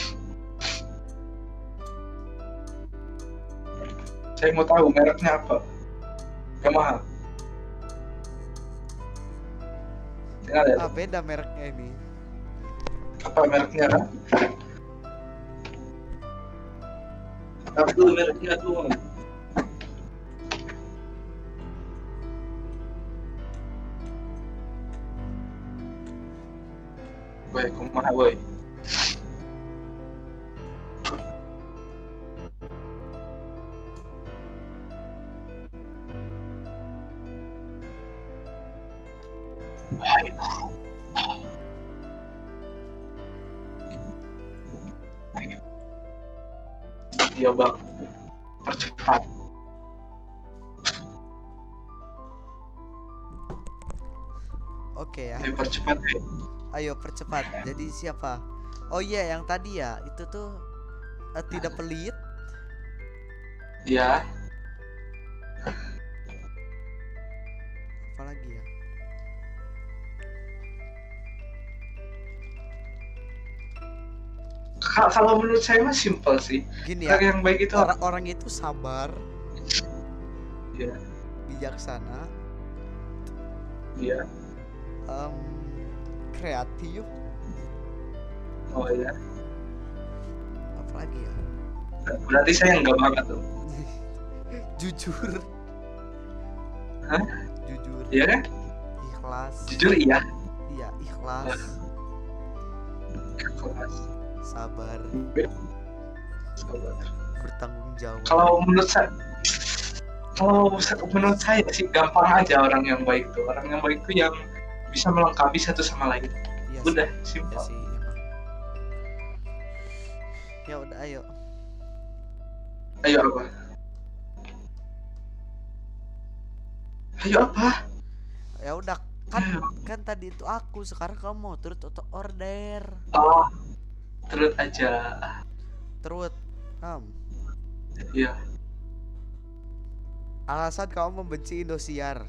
Saya mau tahu mereknya apa. Yamaha. Tinggal ya. Ah, beda mereknya ini. Apa mereknya kan? Apa dulu mereknya tuh? Woi, kumaha woi? Iya bang, percepat. Oke ya. Ayo percepat deh. Ayo percepat. Jadi siapa? Oh iya, yang tadi ya. Itu tuh eh, tidak pelit. Ya, Apa lagi ya? Ka- kalau menurut saya mah simpel sih. Gini ya. Orang yang baik itu Orang-orang itu sabar, ya, bijaksana, iya. em, kreatif. Oh iya. Apa lagi ya? Berarti saya enggak banget tuh. Jujur. Hah? Jujur. Iya kan? Ikhlas. Jujur iya. Iya, ikhlas. Kelas. Sabar, Sabar. bertanggung jawab. Kalau menurut saya, kalau menurut saya sih gampang aja orang yang baik tuh. Orang yang baik tuh yang bisa melengkapi satu sama lain. Iya Udah, sih, iya simpel. sih, emang. Ya udah, ayo. Ayo apa? Ayo apa? Ya udah, kan kan tadi itu aku, sekarang kamu mau turut atau order. Oh, terus aja. Terus, Kam. Iya. Alasan kamu membenci Indosiar.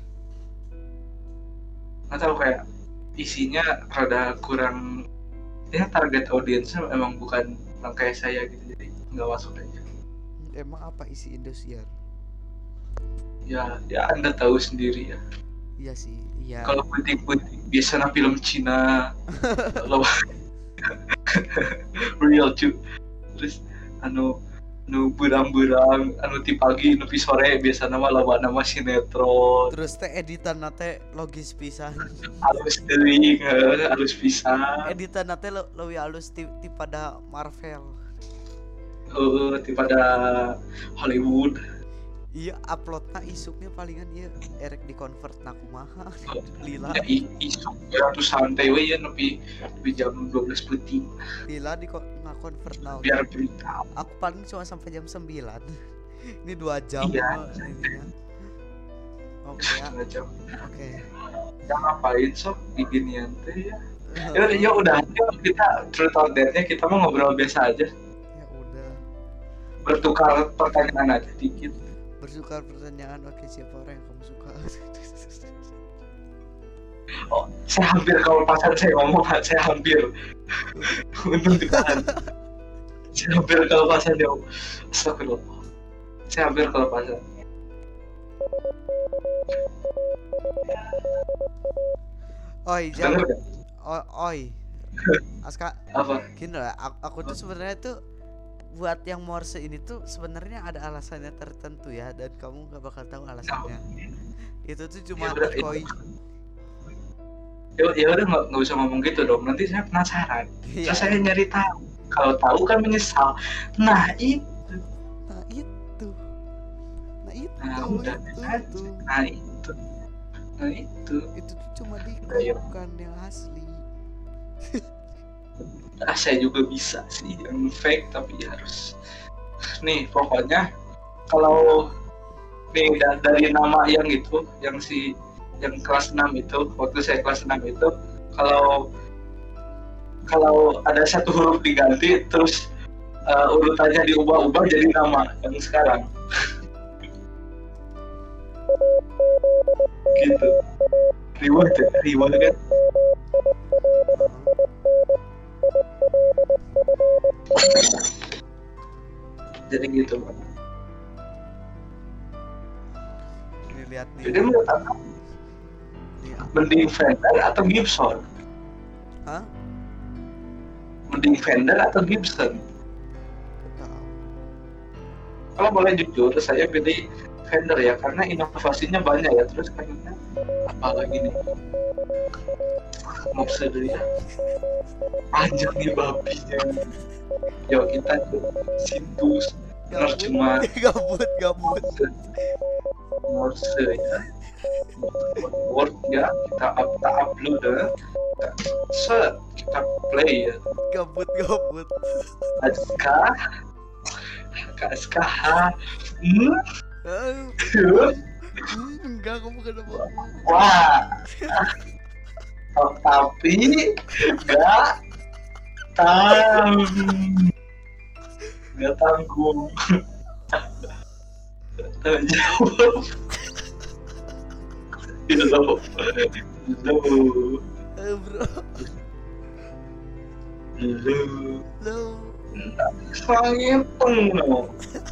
Nggak tahu kayak isinya rada kurang. Ya target audiensnya emang bukan orang kayak saya gitu, jadi nggak masuk aja. Emang apa isi Indosiar? Ya, ya Anda tahu sendiri ya. Iya sih, iya. Kalau putih-putih biasanya film Cina, kalau real cu. Terus anu nu berang-berang anu ti pagi nu pi sore biasa nama loba nama sinetron Terus teh editan nate logis pisan. halus teuing heuh, halus pisan Editan nate lo leuwih halus ti, ti pada Marvel. heuh ti pada Hollywood. Iya uploadna isuknya palingan ieu erek di convert na kumaha. Lila Ya i- isuk atuh santai we ya nepi nepi jam dua belas penting lila di na convert na. biar berita. Aku paling cuma sampai jam sembilan. Ini dua jam. Iya. eh, ininya. Oke ya. Setengah jam. Oke. Ya ngapain sok beginian teh ya. Ya, ya udah yuk kita truth or dare-nya kita mau ngobrol biasa aja. Ya udah. Bertukar pertanyaan aja dikit. Bertukar pertanyaan. Oke, siapa orang yang kamu suka? Oh, saya hampir kalau pasan saya ngomong, saya hampir. Untung ditahan. Saya hampir kalau pasan dia. Astagfirullah. Saya hampir kalau pasan. Oi, jam. Dengar gak? Oi, oi. Aska, Apa? gini lah. Aku, aku tuh sebenarnya tuh buat yang Morse ini tuh sebenarnya ada alasannya tertentu ya, dan kamu gak bakal tahu alasannya. Itu tuh cuma Ya udah, decoy. Ya, ya udah nggak nggak usah ngomong gitu dong. Nanti saya penasaran. Iya. Terus saya nyari tahu. Kalau tahu kan menyesal. Nah itu. Nah itu. Nah itu. Nah udah itu, aja. itu. Nah itu. Nah itu. Itu tuh cuma Ayo. decoy bukan yang asli. Ah, saya juga bisa sih yang fake tapi ya harus. Nih pokoknya kalau nih da- dari nama yang itu, yang si yang kelas enam itu, waktu saya kelas enam itu, kalau kalau ada satu huruf diganti terus uh, urutannya diubah-ubah jadi nama yang sekarang. Gitu. Riwah tuh, riwah kan. Jadi gitu, Pak. Ini lihat nih. Jadi menurut aku Nih, mending Fender atau Gibson? hah? Mending Fender atau Gibson? Tahu. Kalau boleh jujur, saya pilih Fender ya, karena inovasinya banyak ya. Terus kayaknya apa lagi nih? Ngopse dulu ya. Panjang nih babinya. Yo kita tuh Sintus, benar cuma gabut, gabut. Morse ya. Word ya, kita up, kita upload ya. Set, kita play ya. Gabut, gabut. SK SK hmm? Ah, hmm, enggak, kamu kenapa? Wah. Oh, tapi enggak tang enggak tanggung. Terjawab. Hello. Hello. Eh, bro. Hello. Lo. Saya penuh.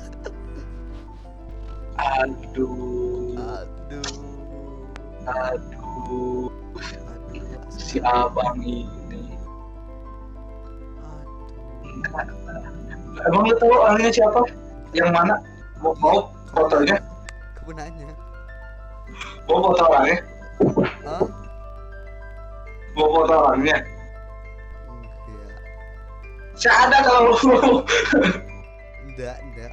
Aduh. Aduh. Aduh. Aduh. Si abang ini. Aduh. Enggak. Emang lu tahu orangnya siapa? Yang mana? Mau, mau fotonya? Kebenarannya. Mau foto orangnya? Hah? Mau foto orangnya? Enggak. Saya ada kalau lu. Enggak, enggak.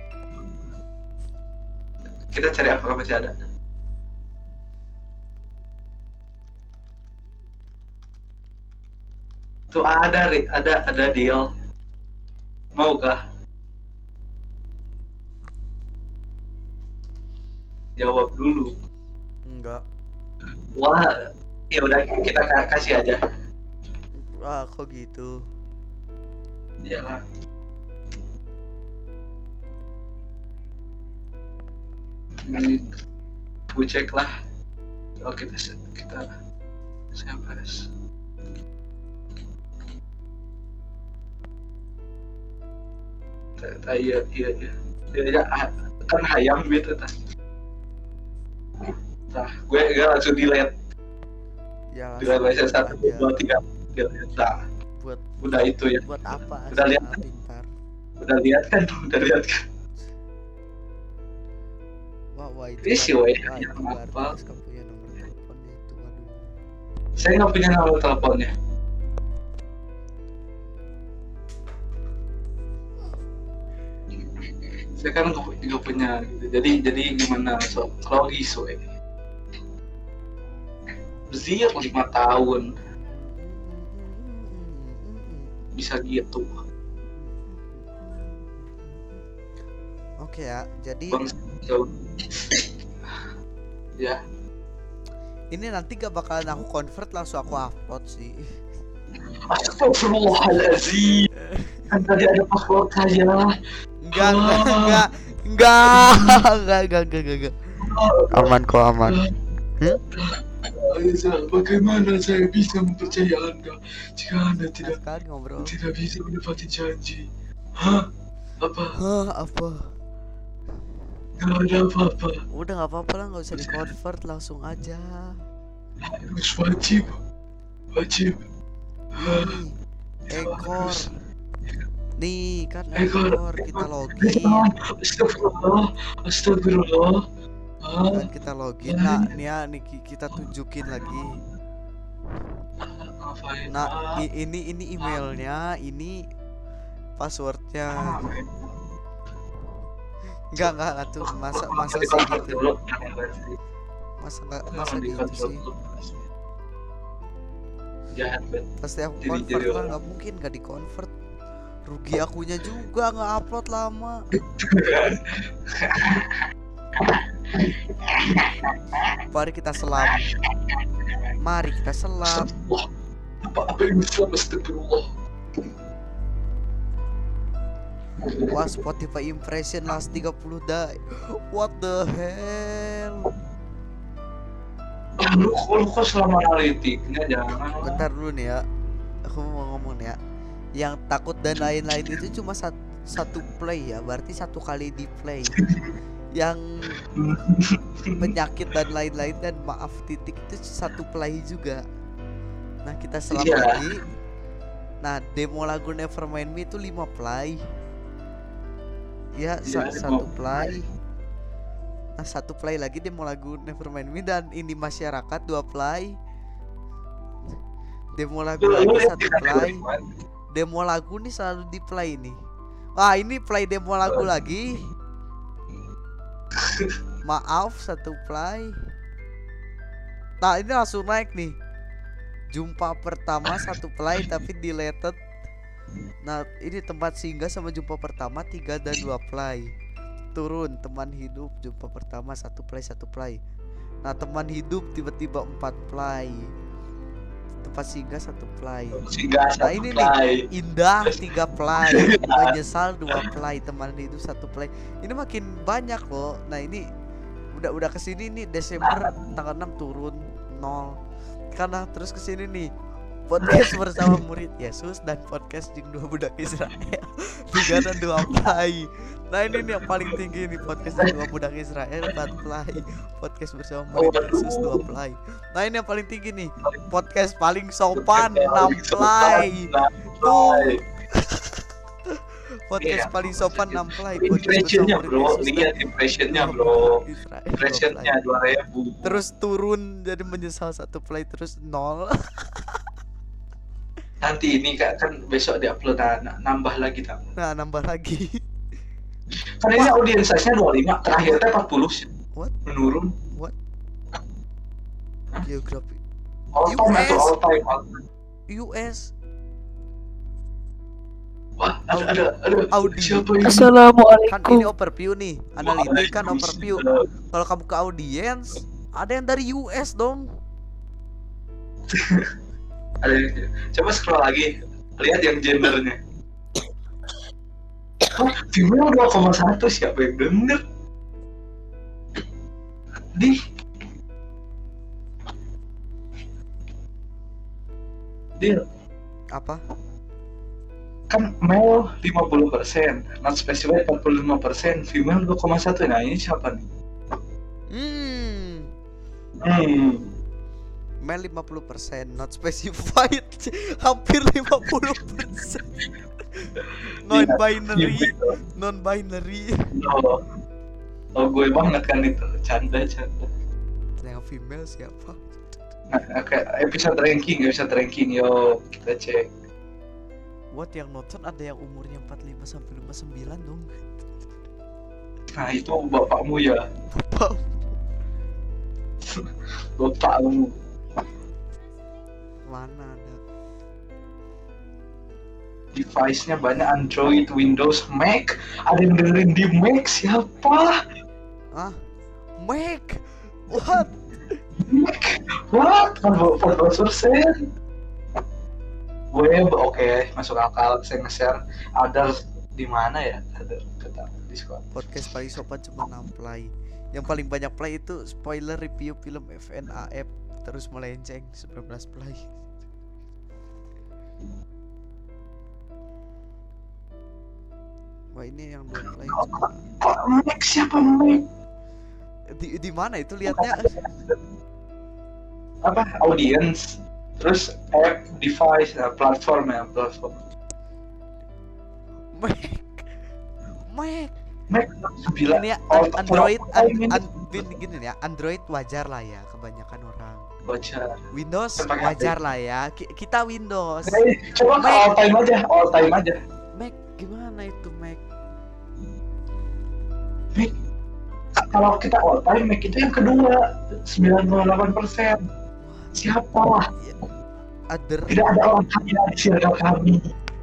Kita cari apakah masih ada. Tuh ada, Rik. Ada, ada deal. Maukah? Jawab dulu. Enggak. Wah, ya udah kita ka- kasih aja. Wah, kok gitu? Iyalah. Ini gue cek lah. Oh kita kita saya bahas. Ta- Iya iya iya. Iya iya, ah, kan hayam gitu tah. Nah, gue gue langsung delete. Ya, Delete langsung baca satu aja. dua tiga. Delete. Nah, Buat udah itu ya. buat apa? Udah lihat Asal kan? pintar. Udah lihat kan? Udah lihat kan? Wah, wah itu Isi, bar- weh, wah, itu yang berarti apa? S K punya nomor teleponnya itu. Waduh. Saya nggak punya nomor teleponnya. Saya kan nggak pu- nggak punya gitu. Jadi jadi gimana so logis we. Berziar lima tahun bisa gitu. Oke ya, jadi Bang jauh. Ya, ini nanti gak bakalan aku convert, langsung aku upload sih. astagfirullahaladzim. Kan tadi ada password saya. Enggak, enggak, enggak, enggak, enggak, enggak, enggak, enggak, enggak. Aman kok, aman. Hmm? Aiza, bagaimana saya bisa mempercayai Anda jika Anda tidak Sekali ngobrol. tidak bisa menepati janji? Hah? Apa? Hah, apa? Gak ada apa-apa. Udah nggak apa-apa lah, nggak usah di convert, langsung aja. Harus wajib, wajib. Nih, ekor. Harus. Nih kan Ekor, ekor, kita ekor. login. Astagfirullah, astagfirullah. Ah, Kan kita login. Nah, nih ya, nih ki- kita tunjukin lagi. ngapain? Nah, Ah, i- ini ini emailnya, ini passwordnya. ah, Enggak, enggak, enggak tuh. Masa masa di sih convert gitu. dulu. Masa enggak Jangan masa di gitu convert sih. dulu. Jahat banget. Pasti aku Jadi- convert jadi lah, orang. nggak mungkin nggak di convert. Rugi akunya juga nggak upload lama. Mari kita selam. Mari kita selam. Astagfirullah. Apa apa yang Islam astagfirullah. Wah, Spotify impression last tiga puluh day. What the hell? Ah, lu lu kok selama analitiknya jangan. Bentar dulu nih ya. Aku mau ngomong nih ya. Yang takut dan lain-lain itu cuma sat- satu play ya. Berarti satu kali di play. Yang penyakit dan lain-lain dan maaf titik itu satu play juga. Nah, kita selam Iya. lagi. Nah, demo lagu Nevermind Me itu lima play. Ya, sa- Iya, satu lima play. Nah, satu play lagi demo lagu Nevermind Me, dan ini masyarakat dua play. Demo lagu Lu- lu lagi lihat satu di play. kategori mana? Demo lagu nih selalu di play nih. Wah, ini play demo lagu lagi. Maaf, satu play. Nah, ini langsung naik nih. Jumpa pertama satu play tapi deleted. Nah, ini tempat singgah sama jumpa pertama tiga dan dua play. Turun teman hidup, jumpa pertama satu play satu play. Nah, teman hidup tiba-tiba empat play. Tempat singgah satu play. Singgah Nah, satu ini nih. play. Indah tiga play, menyesal dua play, teman hidup satu play. Ini makin banyak loh. Nah, ini udah udah kesini nih Desember tanggal enam turun nol. Karena terus kesini nih podcast bersama murid Yesus dan podcast Jing dua budak Israel tiga dan dua play. Nah, ini nih yang paling tinggi nih, podcast Jing dua budak Israel empat play, podcast bersama murid Yesus dua play. Nah, ini yang paling tinggi nih, podcast paling sopan enam play. Tuh. Podcast Iya. paling sopan enam play. Podcast Impressionnya bersama bro, murid Yesus lihat dan impressionnya dua bro. budak Israel, dua Impressionnya play. dua ribu. Terus turun jadi menyesal satu play, terus nol. Nanti ini kan, kan besok diupload, nah, nambah lagi tak? Nah, nambah lagi. Kan ini audiens size-nya dua puluh lima, terakhirnya empat puluh sih. What? Menurun. Geografi All time U S. atau all time? all time. U S. Wah, ada ada ada. Audi. Siapa ini? Kan Assalamualaikum. ini overview nih, analitik kan overview. Kalau kamu ke audience, ada yang dari U S dong. Ada yang- coba scroll lagi, lihat yang gendernya. Oh, female dua koma satu, siapa yang denger? Di Dia Apa? kan male lima puluh persen, not specified empat puluh lima persen, female dua koma satu. Nah, ini siapa nih? Hmm. Hmm. Male lima puluh persen, not specified. Hampir lima puluh persen. Non binary, non binary. No. Oh gue banget kan itu, canda-canda. Yang female siapa? Nah, kayak episode ranking, episode ranking, yo kita cek. What yang nonton ada yang umurnya empat puluh lima sampai lima puluh sembilan dong. Nah itu bapakmu ya, Bapak. bapakmu. Mana ada? Device-nya banyak, Android, Windows, Mac. Ada yang dengerin di Mac siapa? Ah, Mac. What? Mac? What? empat belas persen. Web, oke, masuk akal. Saya nge-share. Others di mana ya? Ada kata Discord. Podcast paling sopan cuma enam play. Yang paling banyak play itu spoiler review film F N A F terus melenceng sembilan belas play. Wah ini yang dua play cuma. Kok Mac? Siapa Mac? Di di mana itu lihatnya? Apa? Audience. Terus app, device, nah, platform ya, platform. Mac. Mac. Mac sembilan. Ini ya Oh, an- Android an, oh, ini an, gini, gini ya, Android wajar lah ya kebanyakan orang. baca. Windows Pakai wajar H P. lah ya. Ki- Kita Windows. Eh, coba ke Mac. all time aja, all time aja. Mac gimana itu Mac? Mac. Kalau kita all time, Mac itu yang kedua, sembilan puluh delapan persen. Siapa? Other Tidak ada orang kaya di circle kami.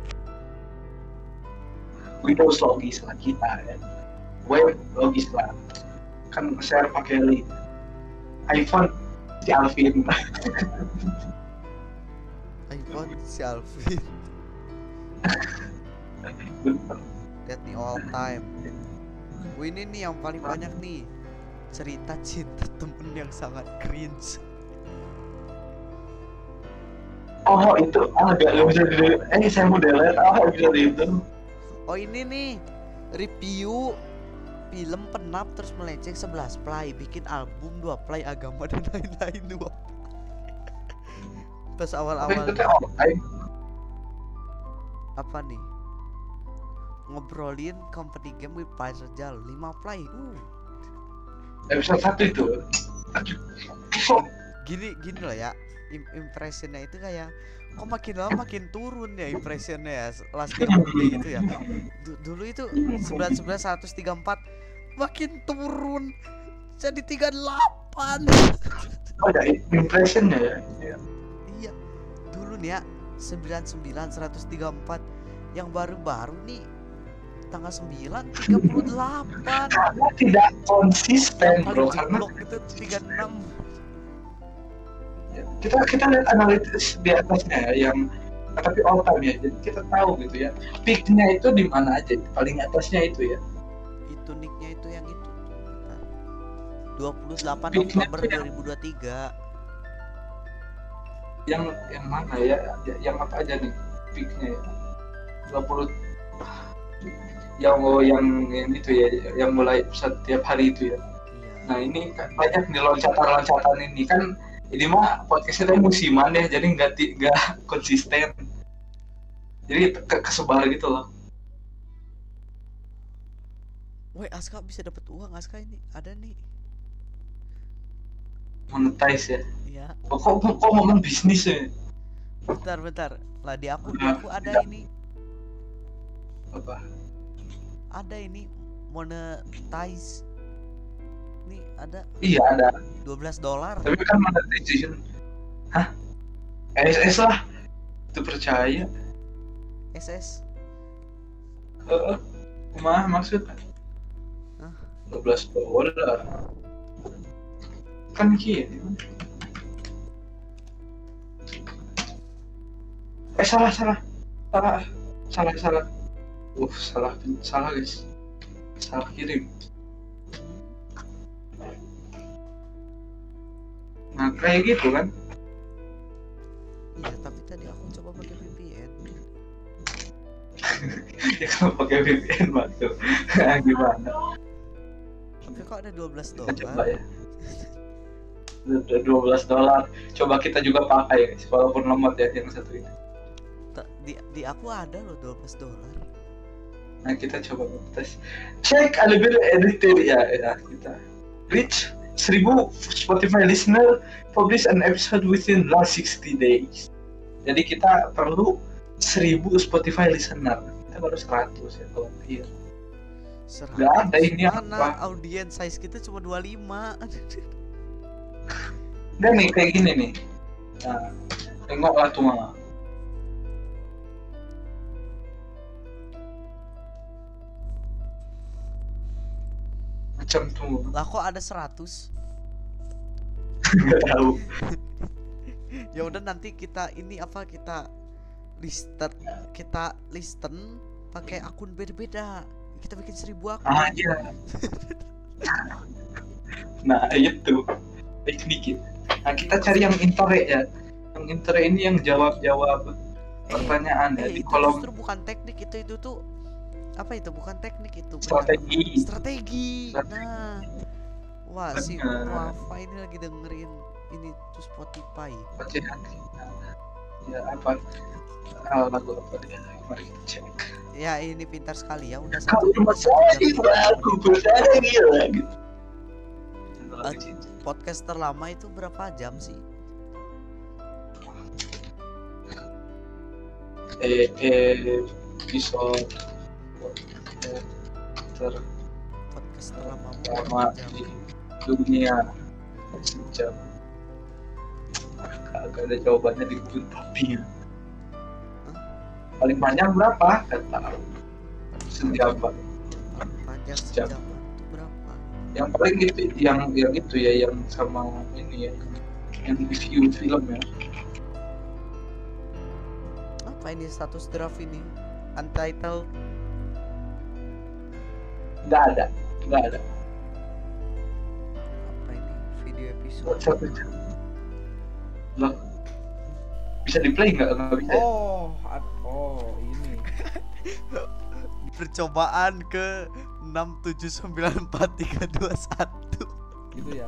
Windows logis lah kita ya. Web logis lah. Kan share pakai link. iPhone si Alvin. iPhone si Alvin. Lihat nih all time. Wih ini nih yang paling banyak nih. Cerita cinta temen yang sangat cringe. Oh itu agak nggak bisa di. Eh saya mau delete. Oh bisa itu. Oh ini nih review film penap terus melenceng sebelas play, bikin album dua play, agama dan lain-lain dua. Pas Tapi awal-awal itu teh all time. apa nih? Ngobrolin company game with Pajajal lima play. Uh. Episode satu itu. Aduh. Kok Gini gini loh ya. im- Impressionnya itu kayak kok makin lama makin turun ya impressionnya ya last day itu ya. Du- dulu itu sembilan sembilan seratus tiga puluh empat makin turun jadi tiga puluh delapan. Oh ya impressionnya ya. Iya dulu nih ya sembilan sembilan seratus tiga puluh empat, yang baru-baru nih tanggal sembilan tiga puluh delapan, Karena tidak konsisten yang bro, paling karena jeblok itu tiga puluh enam. kita kita lihat analitis di atasnya ya, yang tapi all time ya, jadi kita tahu gitu ya peaknya itu di mana aja, paling atasnya itu ya. Itu nicknya itu yang itu tuh bentar. dua puluh delapan Peaknya Oktober tuh yang- dua ribu dua puluh tiga. yang yang mana ya, Ya- yang apa aja nih peaknya ya, dua puluh yang oh, yang yang itu ya, yang mulai setiap hari itu ya. Iya. Nah ini kan banyak nih loncatan-loncatan ini kan, ini mah podcastnya tuh musiman ya, jadi nggak ti- nggak konsisten, jadi ke- kesebar gitu loh. Woi Aska bisa dapat uang, Aska ini ada nih. Monetize ya. Iya. Oh, kok kok kok ngomong bisnis ya? Bentar bentar. Lah di aku di Nah, aku ada tidak. ini. Apa? Ada ini monetize. Nih ada Iya ada, dua belas dolar. tapi kan monetization. Hah? S S lah, itu percaya. S S. Heeh. Mah maksud? Hah? dua belas dolar. Kan gini. Eh salah salah salah salah salah. Uh salah salah guys. Salah kirim. Nah kayak gitu kan. Iya, tapi tadi aku coba pakai V P N. Ya kalau pakai V P N waktu gimana? Tapi kok ada dua belas Kita coba dolar? ya. Udah dua belas dolar. Coba kita juga pakai guys, walaupun lemot ya yang satu ini. Ta- Di di aku ada loh dua belas dolar. Nah kita coba tes. Cek a little editor ya, ya kita. Reach seribu Spotify listener, publish an episode within last sixty days. Jadi kita perlu seribu Spotify listener. Kita baru seratus ya kalau iya. Nggak ada ini Mana apa? audience size kita cuma dua puluh lima. Udah nih kayak gini nih. Nah, tengoklah tuh mama. Macam tuh. Lah kok ada seratus? Nggak tahu. Ya udah nanti kita ini apa kita listen kita listen pakai akun beda-beda. Kita bikin seribu akun. Ah iya. Nah itu teknik. Nah kita cari yang interact ya. Yang interact ini yang jawab-jawab pertanyaan ya Eh, di itu kolom justru bukan teknik itu itu tuh apa itu bukan teknik itu benar. strategi. Strategi. Strategi. Nah, wah si Benar. Wafa ini lagi dengerin ini tuh Spotify. Bacaan. Ya apa? Ah, lagu apa dia? Mari kita cek. Ya ini pintar sekali ya udah Kau satu rumah satu saya jam. lagu berdarah gila gitu. Ah, podcast terlama itu berapa jam sih? Eh, eh, episode eh, ter Podcast terlama lama berapa jam? di dunia sejam. Kagak ada jawabannya di Google tapi paling panjang berapa? Gak tahu. Sejam Pak. Panjang Sejam. sejam itu berapa? Yang paling itu yang yang itu ya yang sama ini ya yang review film ya. Apa ini status draft ini? Untitled. Nggak ada, nggak ada. Apa ini? Video episode. Satu jam. Loh, bisa di play nggak? Nggak bisa. Oh, ad- oh ini. Percobaan ke enam tujuh sembilan empat tiga dua satu. Gitu ya.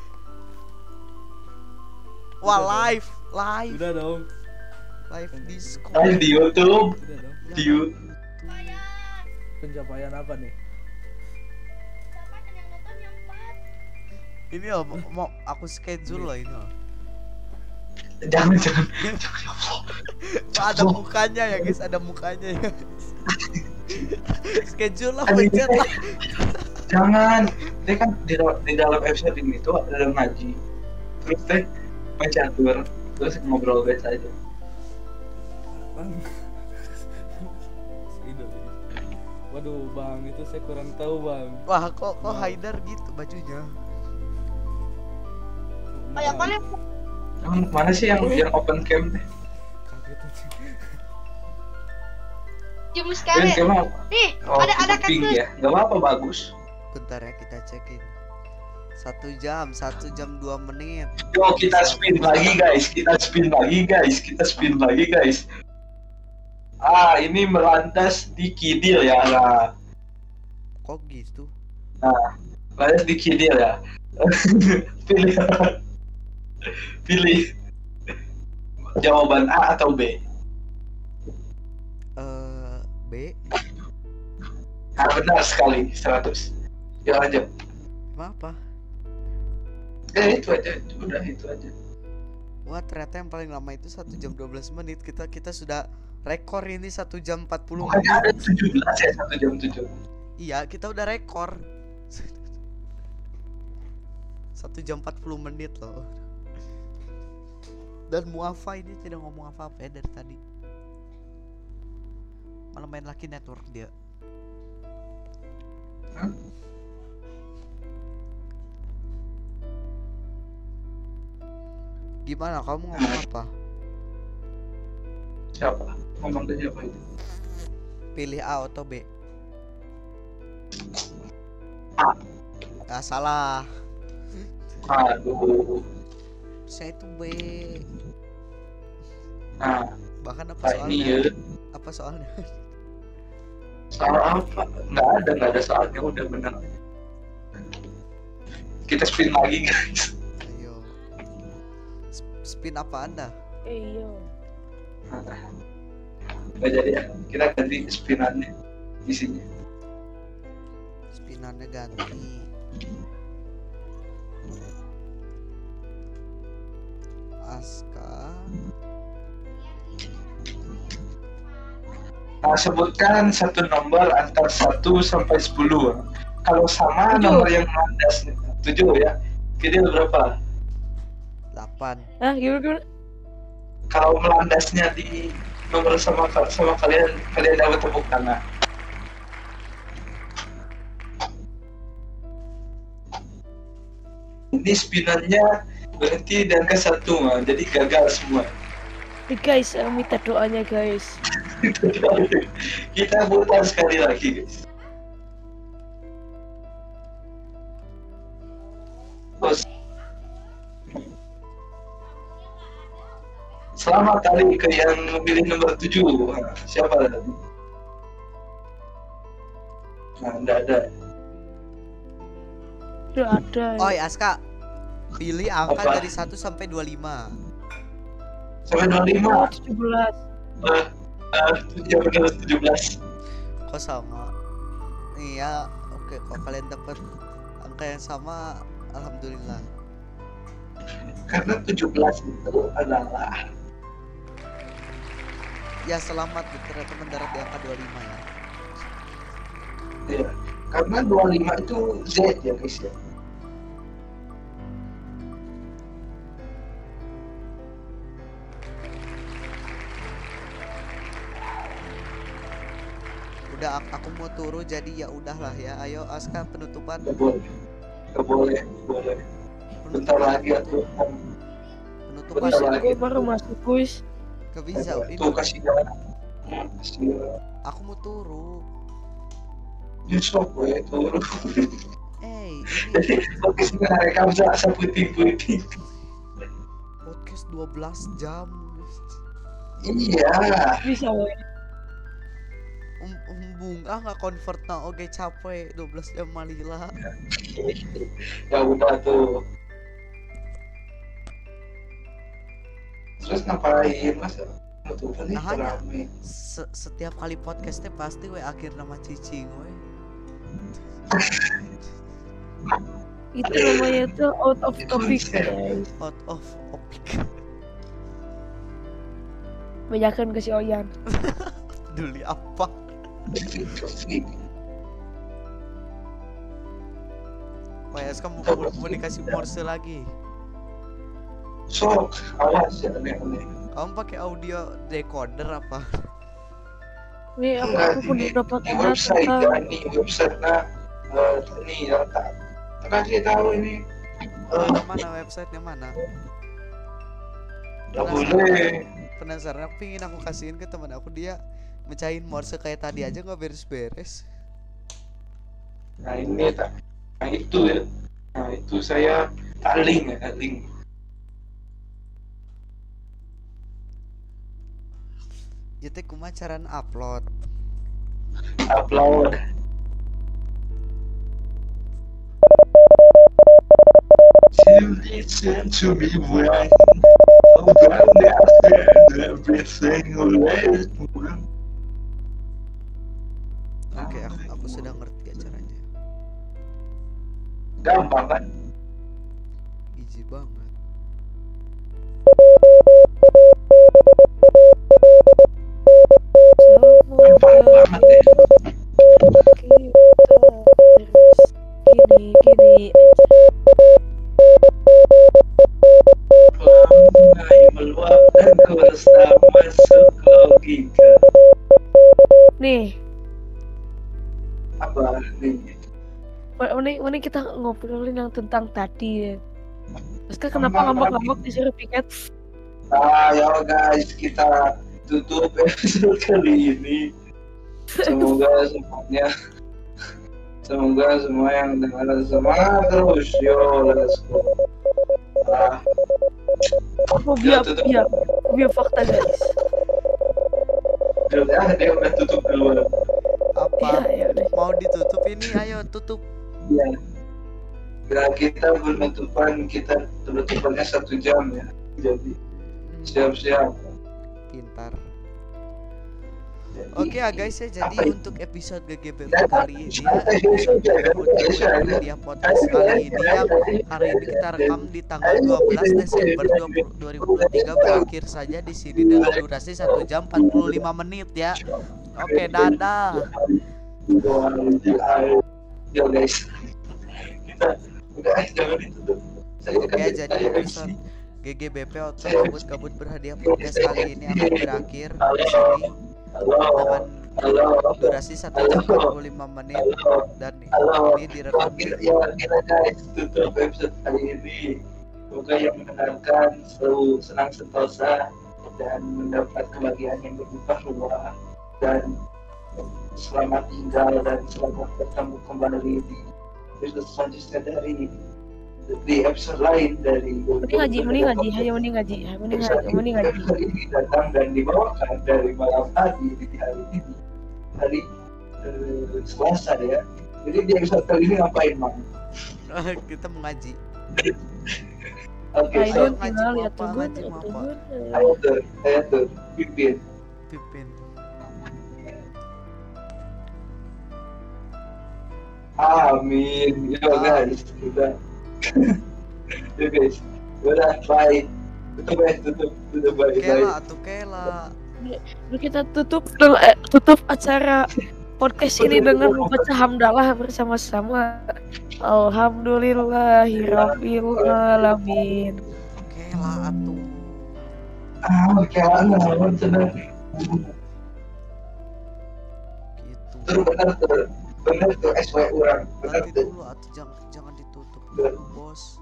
Wah, Udah dong. live, live, Udah dong. live Discord. Ah, di YouTube, Udah dong. Ya, di YouTube. Pencapaian apa nih? Ini loh, mau- mau aku schedule loh ini loh. Jangan, jangan, jangan ya Allah. Pak, ada mukanya ya guys, ada mukanya ya. Schedule lah, Ada ini, pencet lah. Jangan. Dia kan di, dal- di dalam episode ini tuh ada ngaji. Terus teh mencatur, terus ngobrol biasa aja. Bang. Idol ini. Waduh, Bang, itu saya kurang tahu, Bang. Wah, kok kok Haidar gitu bajunya. Kayak mana? Yang mana sih yang yang open cam deh? Kaget aja. Jam Yang sekali. cam apa? Nih, Oh, ada ada pink kaktus. ya. Gak apa-apa, bagus. Bentar ya kita cekin. Satu jam, satu jam dua menit. Yo, kita spin lagi guys, kita spin lagi guys, kita spin lagi guys. Ah, ini melandas di kidil ya. Nah, Kok gitu? nah melandas di kidil ya. Pilih. Pilih. Jawaban A atau B? Eh, B. Nah, benar sekali, seratus. Ya aja. Apa? Eh, itu aja, itu udah itu aja. Wah, ternyata yang paling lama itu satu jam dua belas menit. Kita kita sudah rekor ini satu jam empat puluh Bukannya ada menit. tujuh belas ya, satu jam tujuh. Iya, kita udah rekor. Satu jam empat puluh menit loh. Dan Muafa ini tidak ngomong apa-apa ya dari tadi. Malah main Lucky Network dia. Hah? Gimana kamu ngomong apa? Siapa? Ngomong ke siapa itu? Pilih A atau B? A. Ah, salah. Aduh. Saya itu B. Nah, Bahkan apa Pak ini ya. soalnya? Apa soalnya? Soal apa? Nggak ada, nggak ada soalnya, udah benar. Kita spin lagi guys. Ayo. Sp- Spin apa Anda? Iya. Nggak jadi ya, kita ganti spinannya. isinya. Spinannya ganti. Aska. Nah, sebutkan satu nomor antar satu sampai sepuluh. Kalau sama Tujuh. nomor yang landas tujuh ya. Kira berapa? delapan. Ah, gimana gimana? Kalau melandasnya di nomor sama sama kalian, kalian dapat tepuk tangan. Ini spinannya berhenti dan ke satu, nah, jadi gagal semua. Eh, guys, eh, minta doanya guys. Kita putar sekali lagi, guys. Terus, selamat kali ke yang memilih nomor tujuh. Nah, siapa tadi? Nah, enggak ada. Udah ada. Oi Aska, pilih angka Apa? dari satu sampai dua puluh lima. Sampai dua puluh lima. Oh, tujuh belas. Eh, eh, ya benar tujuh belas. Kok sama? Iya, oke. Kalau kalian dapat angka yang sama, alhamdulillah. Karena tujuh belas itu adalah Ya selamat, ternyata mendarat di angka dua puluh lima ya. ya, karena dua puluh lima itu Z ya guys ya. Udah ak- aku mau turu jadi ya udahlah ya. Ayo Aska penutupan. Nggak boleh, nggak boleh, nggak boleh. Bentar lagi atuh. Penutupan. Guys, Bentar lagi. gue baru masuk guys. Gak bisa. Ini Tuh kasih jalan. Kasih jalan. aku mau turu. Nyusok gue turun. Eh, ini Jadi podcastnya rekam serasa putih-putih. podcast dua belas jam. Iya. Bisa woy. Um, umbung ah nggak convert na oke capek dua belas jam malila. Ya udah tuh. Terus ngapain mas? Penutupan nih Nah, hanya. rame. Se- setiap kali podcastnya pasti we akhir nama cicing we. Itu namanya tuh out of Itu topic konsep. guys. Out of topic. Banyakan ke si Oyan. Peduli apa? Wah, kamu mau, mau dikasih morse lagi. Sok, awas ya aneh-aneh. Kamu pakai audio decoder apa? Nih aku, Enggak, aku pun ini, dapat ini anak website tentang ya, ini website nah uh, ini ya tak kasih tahu ini uh, Yang mana websitenya mana? nggak boleh. Penasaran, aku pingin aku kasihin ke teman aku, dia mecahin morse kayak tadi aja nggak beres-beres. Nah ini tak, nah itu ya, nah itu saya taling ya taling. Jadi kumaha carana upload? Upload. To listen to me when about everything let Oke, aku, aku sudah ngerti acaranya. gampang kan? Easy banget. Gampang banget ya. gini gini Mulai meluap dan berusaha masuk logika. nih. Apa nih? Mending, mending kita ngobrolin yang tentang tadi ya. Terus kan kenapa Ngambek ngambek-ngambek disuruh piket? Nah, ya guys, kita tutup episode kali ini. Semoga semuanya, semoga semua yang dengar semangat terus. Yo, let's go. Ah, Fobia, Ya, tutup. fobia, fobia fakta guys. udah dia udah tutup duluan. Apa? Iya, ya udah. Mau ditutup ini? Ayo tutup. Ya. Ya kita penutupan kita penutupannya satu jam ya. Jadi Hmm, siap-siap. pintar. Oke ya guys ya, jadi Apa itu? untuk episode G G B P Dan kali ini ya, eh, episode sudah, Gabut eh, Gabut sudah. Media Podcast kali ini yang hari ini kita rekam di tanggal dua belas Desember dua ribu dua puluh tiga berakhir saja di sini dengan durasi satu jam empat puluh lima menit ya. Oke, dadah. Ya guys, kita udah eh, jangan ditutup. Saya Oke, kan jadi saya episode M C. G G B P atau Gabut Gabut Berhadiah Podcast kali ini akan berakhir di sini Halo, dengan halo, durasi satu jam empat puluh lima menit halo. dan Halo, ini direkam di kita, ya, kita guys tutup episode kali ini. Semoga yang mendengarkan selalu senang sentosa dan mendapat kebahagiaan yang berlimpah ruah, dan selamat tinggal dan selamat bertemu kembali di episode selanjutnya dari di episode lain dari Mending ngaji, mending ngaji, ayo mending ngaji, ayo mending ngaji, mending ngaji. Episode ini datang dan dibawakan dari malam hari di hari ini, hari eh, Selasa ya. Jadi di episode kali ini ngapain, Mang? kita mengaji. Oke, I saya don't ngaji tinggal mau ya apa, tuh ngaji mau apa? saya tuh, saya tuh, pimpin. Pipin. Amin. Yo Ah. guys, udah. Yo guys, udah bye. Tutup ya, tutup, tutup bye bye. Kela tuh Kela. Lalu kita tutup dengan- eh, tutup acara podcast ini dengan membaca hamdalah bersama-sama. Alhamdulillahirabbil alamin. Kela atuh. Ah, kayak naon cenah. Gitu. Tuh bener tuh, bener tuh S W orang, bener Nanti tuh. dulu atuh jangan jangan ditutup dulu, Bos.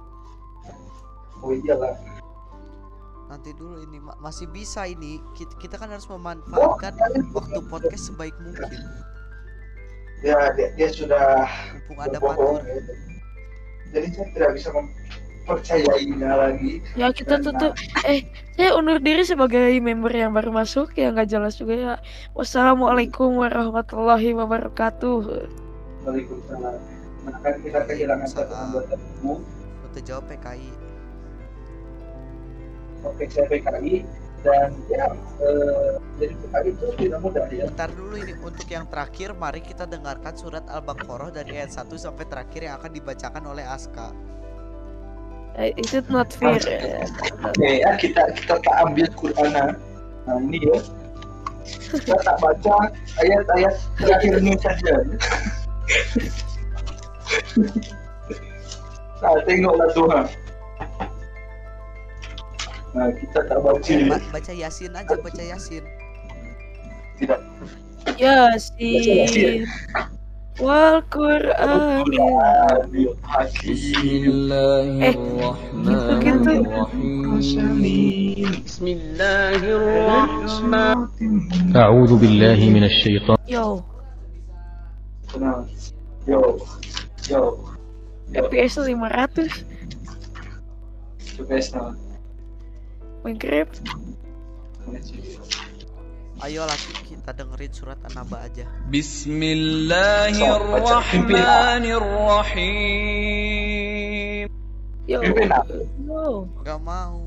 Oh iyalah. Nanti dulu ini ma- masih bisa ini. Kita, kita kan harus memanfaatkan waktu podcast sebaik mungkin. Ya dia, dia sudah Mumpung ada berbohong, patur. ya. Jadi saya tidak bisa mempercayainya lagi. Ya kita tutup. Eh, saya undur diri sebagai member yang baru masuk yang nggak jelas juga ya. Wassalamualaikum warahmatullahi wabarakatuh. Waalaikumsalam. Nah, kan kita kehilangan satu Waalaikumsalam. anggota tubuh. Untuk jawab P K I. Oke, saya P K I dan ya eh, jadi P K I itu tidak mudah ya. Ntar dulu ini untuk yang terakhir, mari kita dengarkan surat Al-Baqarah dari ayat satu sampai terakhir yang akan dibacakan oleh Aska. Eh, itu not fair. Eh, Oke, ya kita kita tak ambil Quran. Nah ini ya, kita tak baca ayat-ayat terakhirnya saja. Nah, tengoklah Tuhan. Nah, kita tak baca. Ba- baca Yasin aja, baca Yasin. Tidak. Yasin. Wal Qur'an. Adil Hakim. Eh, gitu-gitu. أعوذ بالله من الشيطان Yo, Tenang. Yo, yo. F P S lima ratus. The best now. Minecraft. Ayolah kita dengerin surat An-Naba aja. بسم الله الرحمن الرحيم Yo. Pimpin aku. Yo. Gak mau.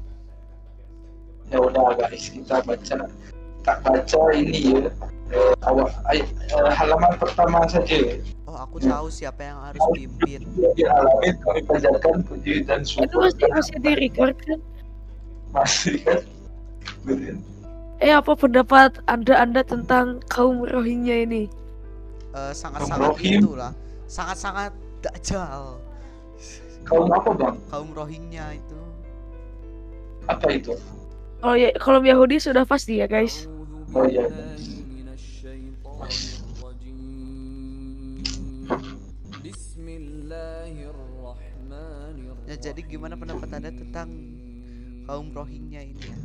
Ya udah guys, kita baca. Tak baca ini ya. Eh, awal ay, eh, halaman pertama saja. Oh, aku tahu siapa yang harus pimpin. Di alamin kami panjatkan puji dan Itu syukur. masih masih di record kan? Masih kan? Betul. Eh, apa pendapat anda-anda tentang kaum Rohingya ini? Eh, sangat-sangat Rohim. itulah. Sangat-sangat dajjal. Kaum apa bang? Kaum Rohingya itu. Apa itu? Kalau ya, kalau Yahudi sudah pasti ya guys. Oh iya. Ya, jadi gimana pendapat anda tentang kaum Rohingya ini ya?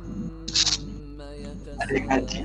Ada yang ngaji.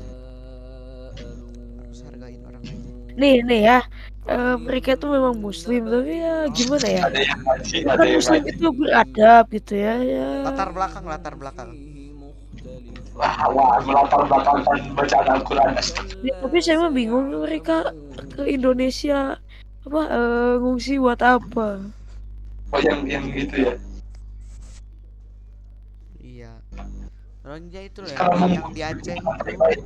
Harus hargain orang lain. Nih, nih ya. Eh, mereka tuh memang muslim tapi ya gimana ya? Ada yang ngaji, ada Kan yang muslim ngaji. itu beradab gitu ya. Ya. Latar belakang, latar belakang. Wah, wah, melatar belakangkan bacaan Al-Quran. Ya, tapi saya mah bingung mereka ke Indonesia apa eh, ngungsi buat apa? Oh yang yang itu ya. Iya. Rohingya itu loh Kalau yang, mau yang di Aceh itu. baik-baik.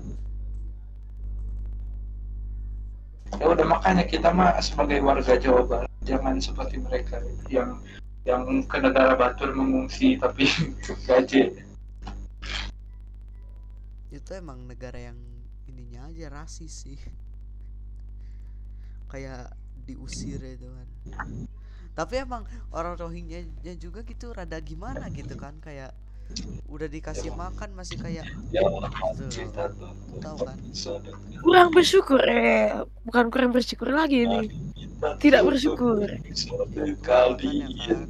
Ya udah makanya kita mah sebagai warga Jawa Barat jangan seperti mereka yang yang ke negara Batur mengungsi tapi gaji. Itu emang negara yang ininya aja rasis sih. Kayak diusir itu kan. Tapi emang orang Rohingya juga gitu rada gimana gitu kan, kayak udah dikasih makan masih kayak Ya gitu, kita tuh tahu kan. Kurang bersyukur eh bukan kurang bersyukur lagi ini. Tidak bersyukur. Kali Makanya kan.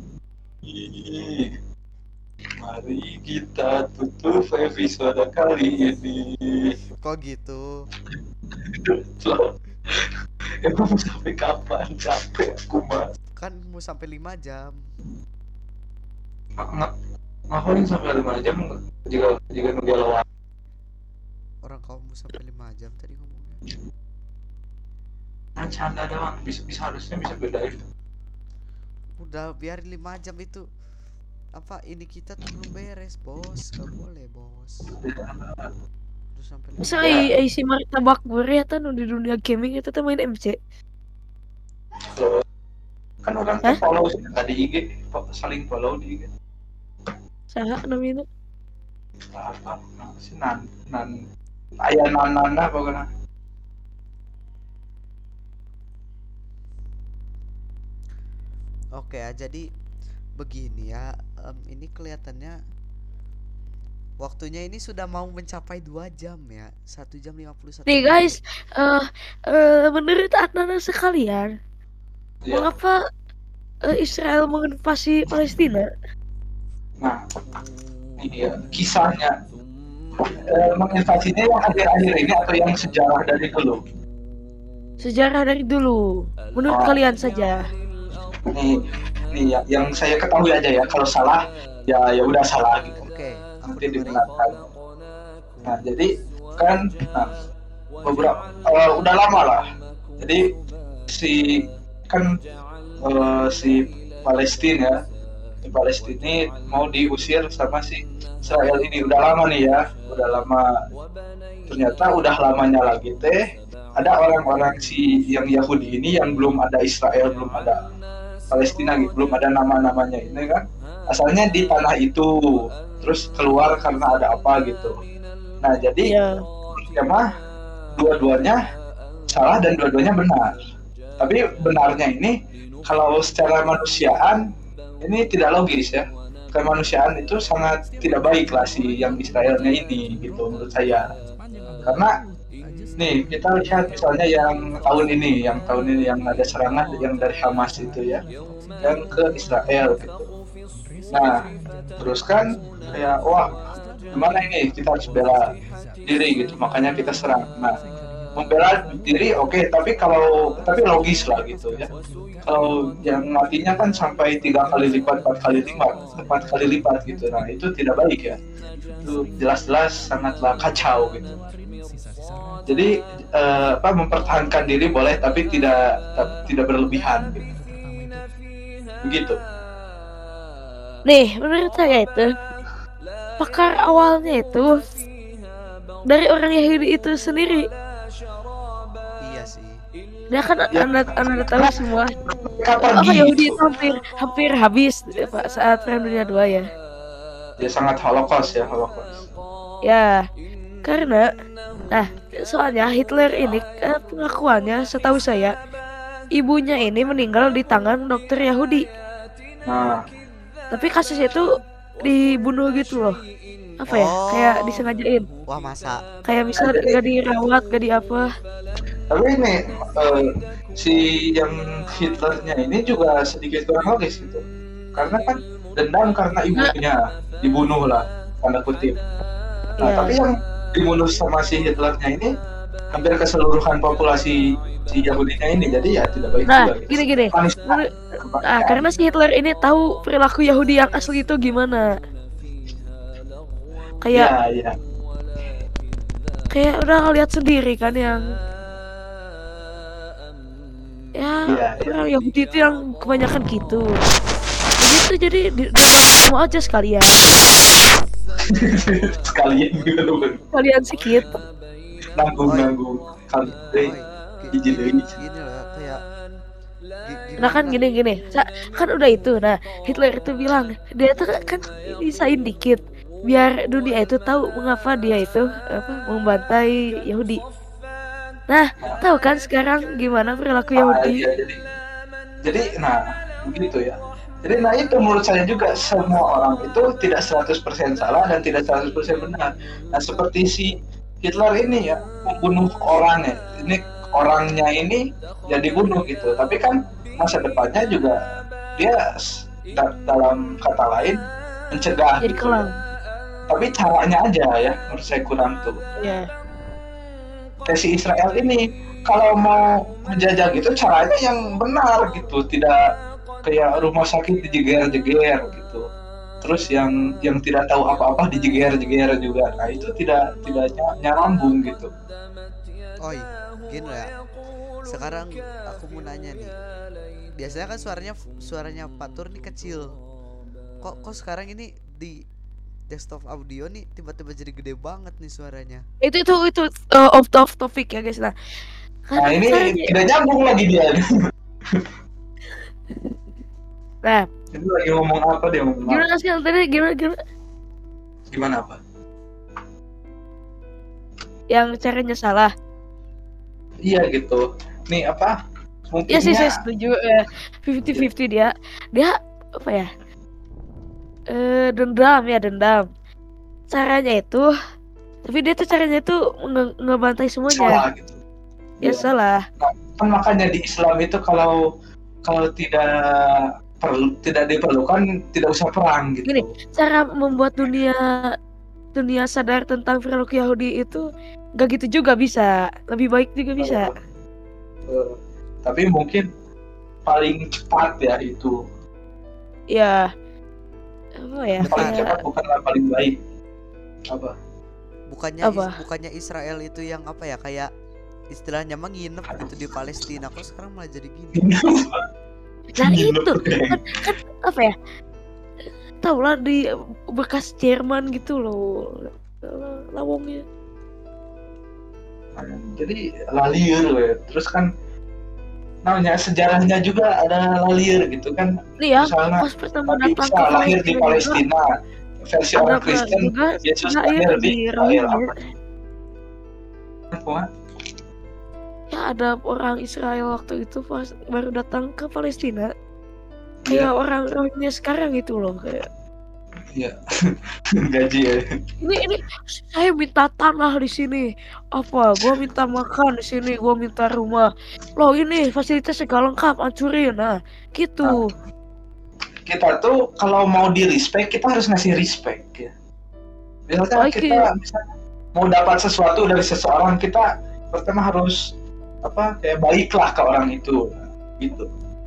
mari kita tutup episode kali ini. Kok gitu? Emang sampai kapan? Capek aku mah. Kan mau sampai lima jam. Nggak ngapain sampai lima jam jika jika nunggu lawan. Orang kamu sampai lima jam tadi ngomongnya. Nah, canda doang. Bisa bisa harusnya bisa bedain. Udah biarin lima jam itu. Apa ini kita tuh belum beres, Bos. Gak boleh, Bos. Udah sampai lima Masa jam. ai ai si martabak beri eta nu di dunia gaming itu teh main M C. Kan orang Hah? tuh follow sih nggak di I G, saling follow di I G. Saha namanya? Apa? Nah, si nan nan ayah nanana pokoknya. Oke ya, jadi begini ya. Em, ini kelihatannya waktunya ini sudah mau mencapai dua jam ya. Satu jam lima puluh satu Nih guys, eh eh menurut Adnan sekalian, Ya. mengapa eh, Israel menginvasi Palestina? Nah, ini ya kisahnya. Eh, menginvasinya yang akhir-akhir ini atau yang sejarah dari dulu? Sejarah dari dulu. Menurut Oh. kalian saja. Nih, nih ya, yang saya ketahui aja ya. Kalau salah, ya ya udah salah gitu. Oke, aku Nanti dengerin. dibenarkan. Nah, jadi kan nah, beberapa eh, udah lama lah. Jadi si kan eh, si Palestina, si Palestina ini mau diusir sama si Israel ini udah lama nih ya, udah lama. Ternyata udah lamanya lagi teh ada orang-orang si yang Yahudi ini yang belum ada Israel, belum ada Palestina gitu, belum ada nama-namanya ini kan. Asalnya di tanah itu, terus keluar karena ada apa gitu. Nah, jadi Ya, ya mah dua-duanya salah dan dua-duanya benar. Tapi benarnya ini kalau secara manusiaan ini tidak logis ya. Kemanusiaan itu sangat tidak baik lah si yang Israelnya ini gitu menurut saya. Karena nih kita lihat misalnya yang tahun ini, yang tahun ini yang ada serangan yang dari Hamas itu ya, yang ke Israel gitu. Nah, terus kan kayak wah gimana ini kita harus bela diri gitu, makanya kita serang. Nah, membela diri oke, okay, tapi kalau tapi logis lah gitu ya. Kalau yang matinya kan sampai tiga kali lipat, empat kali lipat, empat kali lipat gitu. Nah, itu tidak baik ya. Itu jelas-jelas sangatlah kacau gitu. Jadi eh, apa mempertahankan diri boleh, tapi tidak tidak berlebihan gitu. Begitu. nih menurut saya itu pakar awalnya itu dari orang Yahudi itu sendiri. Iya sih. Dia kan Ya. anda anda tahu semua. Kapan Apa Yahudi gitu? itu hampir hampir habis eh, Pak, saat Perang Dunia Dua ya. Ya sangat holocaust ya, holocaust. Ya, karena nah soalnya Hitler ini eh, pengakuannya setahu saya ibunya ini meninggal di tangan dokter Yahudi. Nah, Tapi kasusnya itu dibunuh gitu loh. Apa ya? Oh. Kayak disengajain. Wah, masa Kayak misal gak dirawat, gak di apa. tapi ini eh, si yang Hitlernya ini juga sedikit kurang logis gitu. Karena kan dendam karena ibunya dibunuh lah, tanda kutip. Nah, Iya. tapi yang dibunuh sama si Hitlernya ini hampir keseluruhan populasi si Yahudinya ini, jadi ya tidak baik Nah, juga. gitu. gini-gini. Manis- Menur- Nah, karena si Hitler ini tahu perilaku Yahudi yang asli itu gimana. Kayak Ya, ya. kayak udah lihat sendiri kan yang ya Iya, orang Yahudi itu yang kebanyakan gitu. Begitu jadi di, di- semua aja sekalian. sekalian gitu Kalian sikit. nanggung Oi. nanggung kali deh Oi, gi- Hiji gini, deui. gini loh kayak gi- Nah kan gimana? gini gini, Sa- kan udah itu. Nah Hitler itu bilang dia tuh kan disain dikit biar dunia itu tahu mengapa dia itu apa membantai Yahudi. Nah tahu kan sekarang gimana perilaku Ah, Yahudi? iya, jadi jadi nah begitu ya. Jadi nah itu menurut saya juga semua orang itu tidak seratus persen salah dan tidak seratus persen benar. Nah seperti si Hitler ini ya membunuh orang ya. Ini orangnya ini ya dibunuh gitu. Tapi kan masa depannya juga dia s- da- dalam kata lain mencegah Jadi gitu. kelam. Tapi caranya aja ya menurut saya kurang tuh. Ya. Kayak si Israel ini kalau mau menjajah gitu caranya yang benar gitu, tidak kayak rumah sakit dijeger-jeger gitu. Terus yang yang tidak tahu apa-apa dijeger-jeger juga. Nah itu tidak tidak ny- nyambung gitu. Oi, gini loh ya. Sekarang aku mau nanya nih. Biasanya kan suaranya suaranya Pak Tur nih kecil. Kok kok sekarang ini di desktop audio nih tiba-tiba jadi gede banget nih suaranya. Itu itu itu uh, off off topic ya guys. Nah, kan Nah ini caranya- tidak nyambung lagi dia. nah Ini lagi ngomong apa dia ngomong apa? gimana sih yang tadi gimana gimana Gimana apa? yang caranya salah? Iya gitu. Nih apa? Ya sih Mungkinnya saya setuju ya fifty fifty dia dia apa ya eh dendam ya dendam caranya itu tapi dia tuh caranya itu nge- ngebantai semuanya salah gitu. ya salah Kan makanya di Islam itu kalau kalau tidak perlu tidak diperlukan tidak usah perang gitu. Gini. Cara membuat dunia dunia sadar tentang perilaku Yahudi itu gak gitu juga bisa lebih baik juga bisa Eh, tapi mungkin paling cepat ya itu. ya apa ya Paling kayak cepat bukanlah paling baik. Apa? Bukannya Apa? is- bukannya Israel itu yang apa ya kayak istilahnya mah nginep gitu di Palestina, kok sekarang malah jadi gini. nah itu kan, kan apa ya tau lah di bekas Jerman gitu loh lawongnya Jadi lalir ya. Terus kan namanya sejarahnya juga ada lalir gitu kan. nih ya Misalnya pas pertama Nabi datang Isa ke lahir di juga, Palestina. Versi ada orang ke- Kristen juga Yesus lahir lahir di di Israel. Rohingya. Apa? Ya ada orang Israel waktu itu pas baru datang ke Palestina kayak orang Rohingya sekarang itu loh kayak Iya. Gaji ya. ini ini saya minta tanah di sini apa gua minta makan di sini gua minta rumah loh ini fasilitas segala lengkap hancurin nah gitu Kita tuh kalau mau di respect kita harus ngasih respect ya. Misalnya Oke. kita misalnya mau dapat sesuatu dari seseorang kita pertama harus apa kayak baiklah ke orang itu gitu.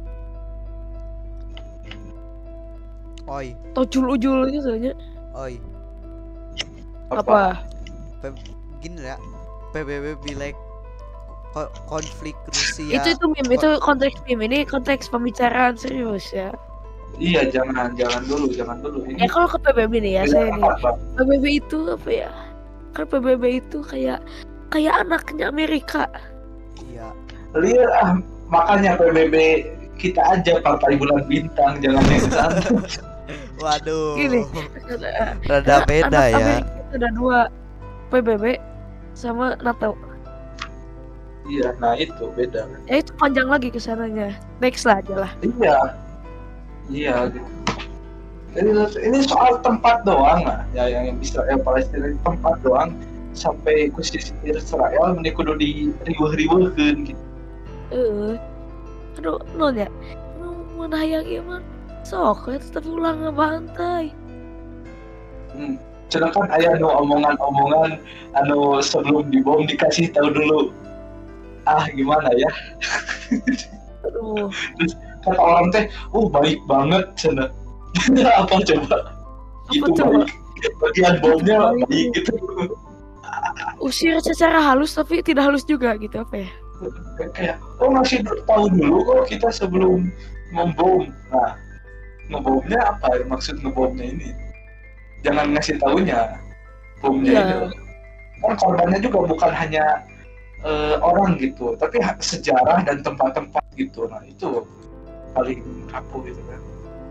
Oi, tojul-ujul gitu nya oi. apa P- gini ya. P B B bilek ko- konflik Rusia. itu itu meme itu konteks meme ini konteks pembicaraan serius ya Iya jangan jangan dulu jangan dulu ini. ya kalau ke P B B nih ya beda saya nih tempat, Bang. P B B itu apa ya kan P B B itu kayak kayak anaknya Amerika Iya. Lihat ah makanya P B B kita aja partai bulan bintang jangan yang sana. Waduh. Gini. Rada beda anak ya. Amerika itu ada dua P B B sama NATO Iya nah itu beda. ya itu panjang lagi kesananya next lah aja lah Iya iya gitu. Jadi ini soal tempat doang lah ya yang Israel Palestina ini tempat doang sampai khusus Israel ini kudu di riweuh-riweuhkeun gitu. eh aduh non ya nu mana yang gimana sok ya tetap ulang ngebantai Hmm. Sedangkan aya anu omongan-omongan anu sebelum dibom dikasih tahu dulu. Ah gimana ya? aduh Kata orang teh, "Uh baik banget cenah." Apa coba? Itu coba? baik. Bagian bomnya Baik. baik gitu. usir secara halus tapi tidak halus juga gitu apa ya Kayak, oh ngasih tahu dulu kok kita sebelum membom. Nah, ngebomnya apa ya maksud ngebomnya ini? jangan ngasih taunya hukumnya Iya. itu. Kan korbannya juga bukan hanya eh, orang gitu, tapi ha- sejarah dan tempat-tempat gitu. Nah itu paling aku gitu kan.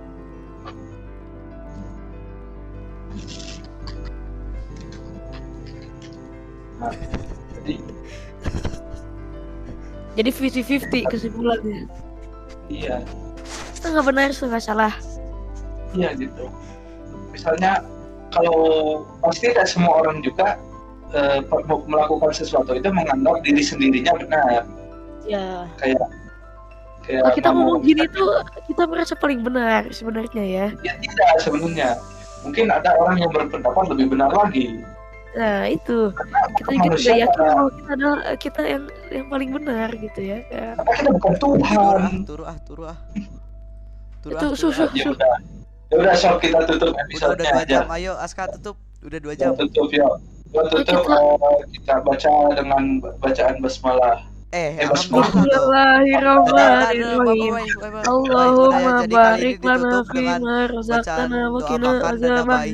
Nah, jadi Jadi fifty fifty kesimpulannya. iya, Setengah benar, setengah salah. iya gitu. Misalnya kalau pasti tidak semua orang juga eh, per- melakukan sesuatu itu menganggap diri sendirinya benar. Ya. Kayak kayak Kalau kita kamu ngomong gini misalnya- tuh kita merasa paling benar sebenarnya ya. ya tidak sebenarnya. Mungkin ada orang yang berpendapat lebih benar lagi. Nah itu Karena kita juga manusia tidak yakin pada- bahwa kita adalah kita yang yang paling benar gitu ya. Ya. karena kita bukan Turu Tuhan. ah, turu ah, turu ah. Turu Itu ah, susu turu ah. Ya udah, ya udah sob kita tutup Udah udah episode-nya dua aja. jam, ayo Aska tutup. Udah dua Kita jam. tutup ya. Kita tutup kita- eh, kita baca dengan bacaan basmalah. Eh, Eh, Mas alhamdulillah dong. Bismillahirrahmanirrahim. Allahumma Allahumma barik barik lana lana ditutup dengan fima razaqtana bacaan wa doa qina makan dan azaban doa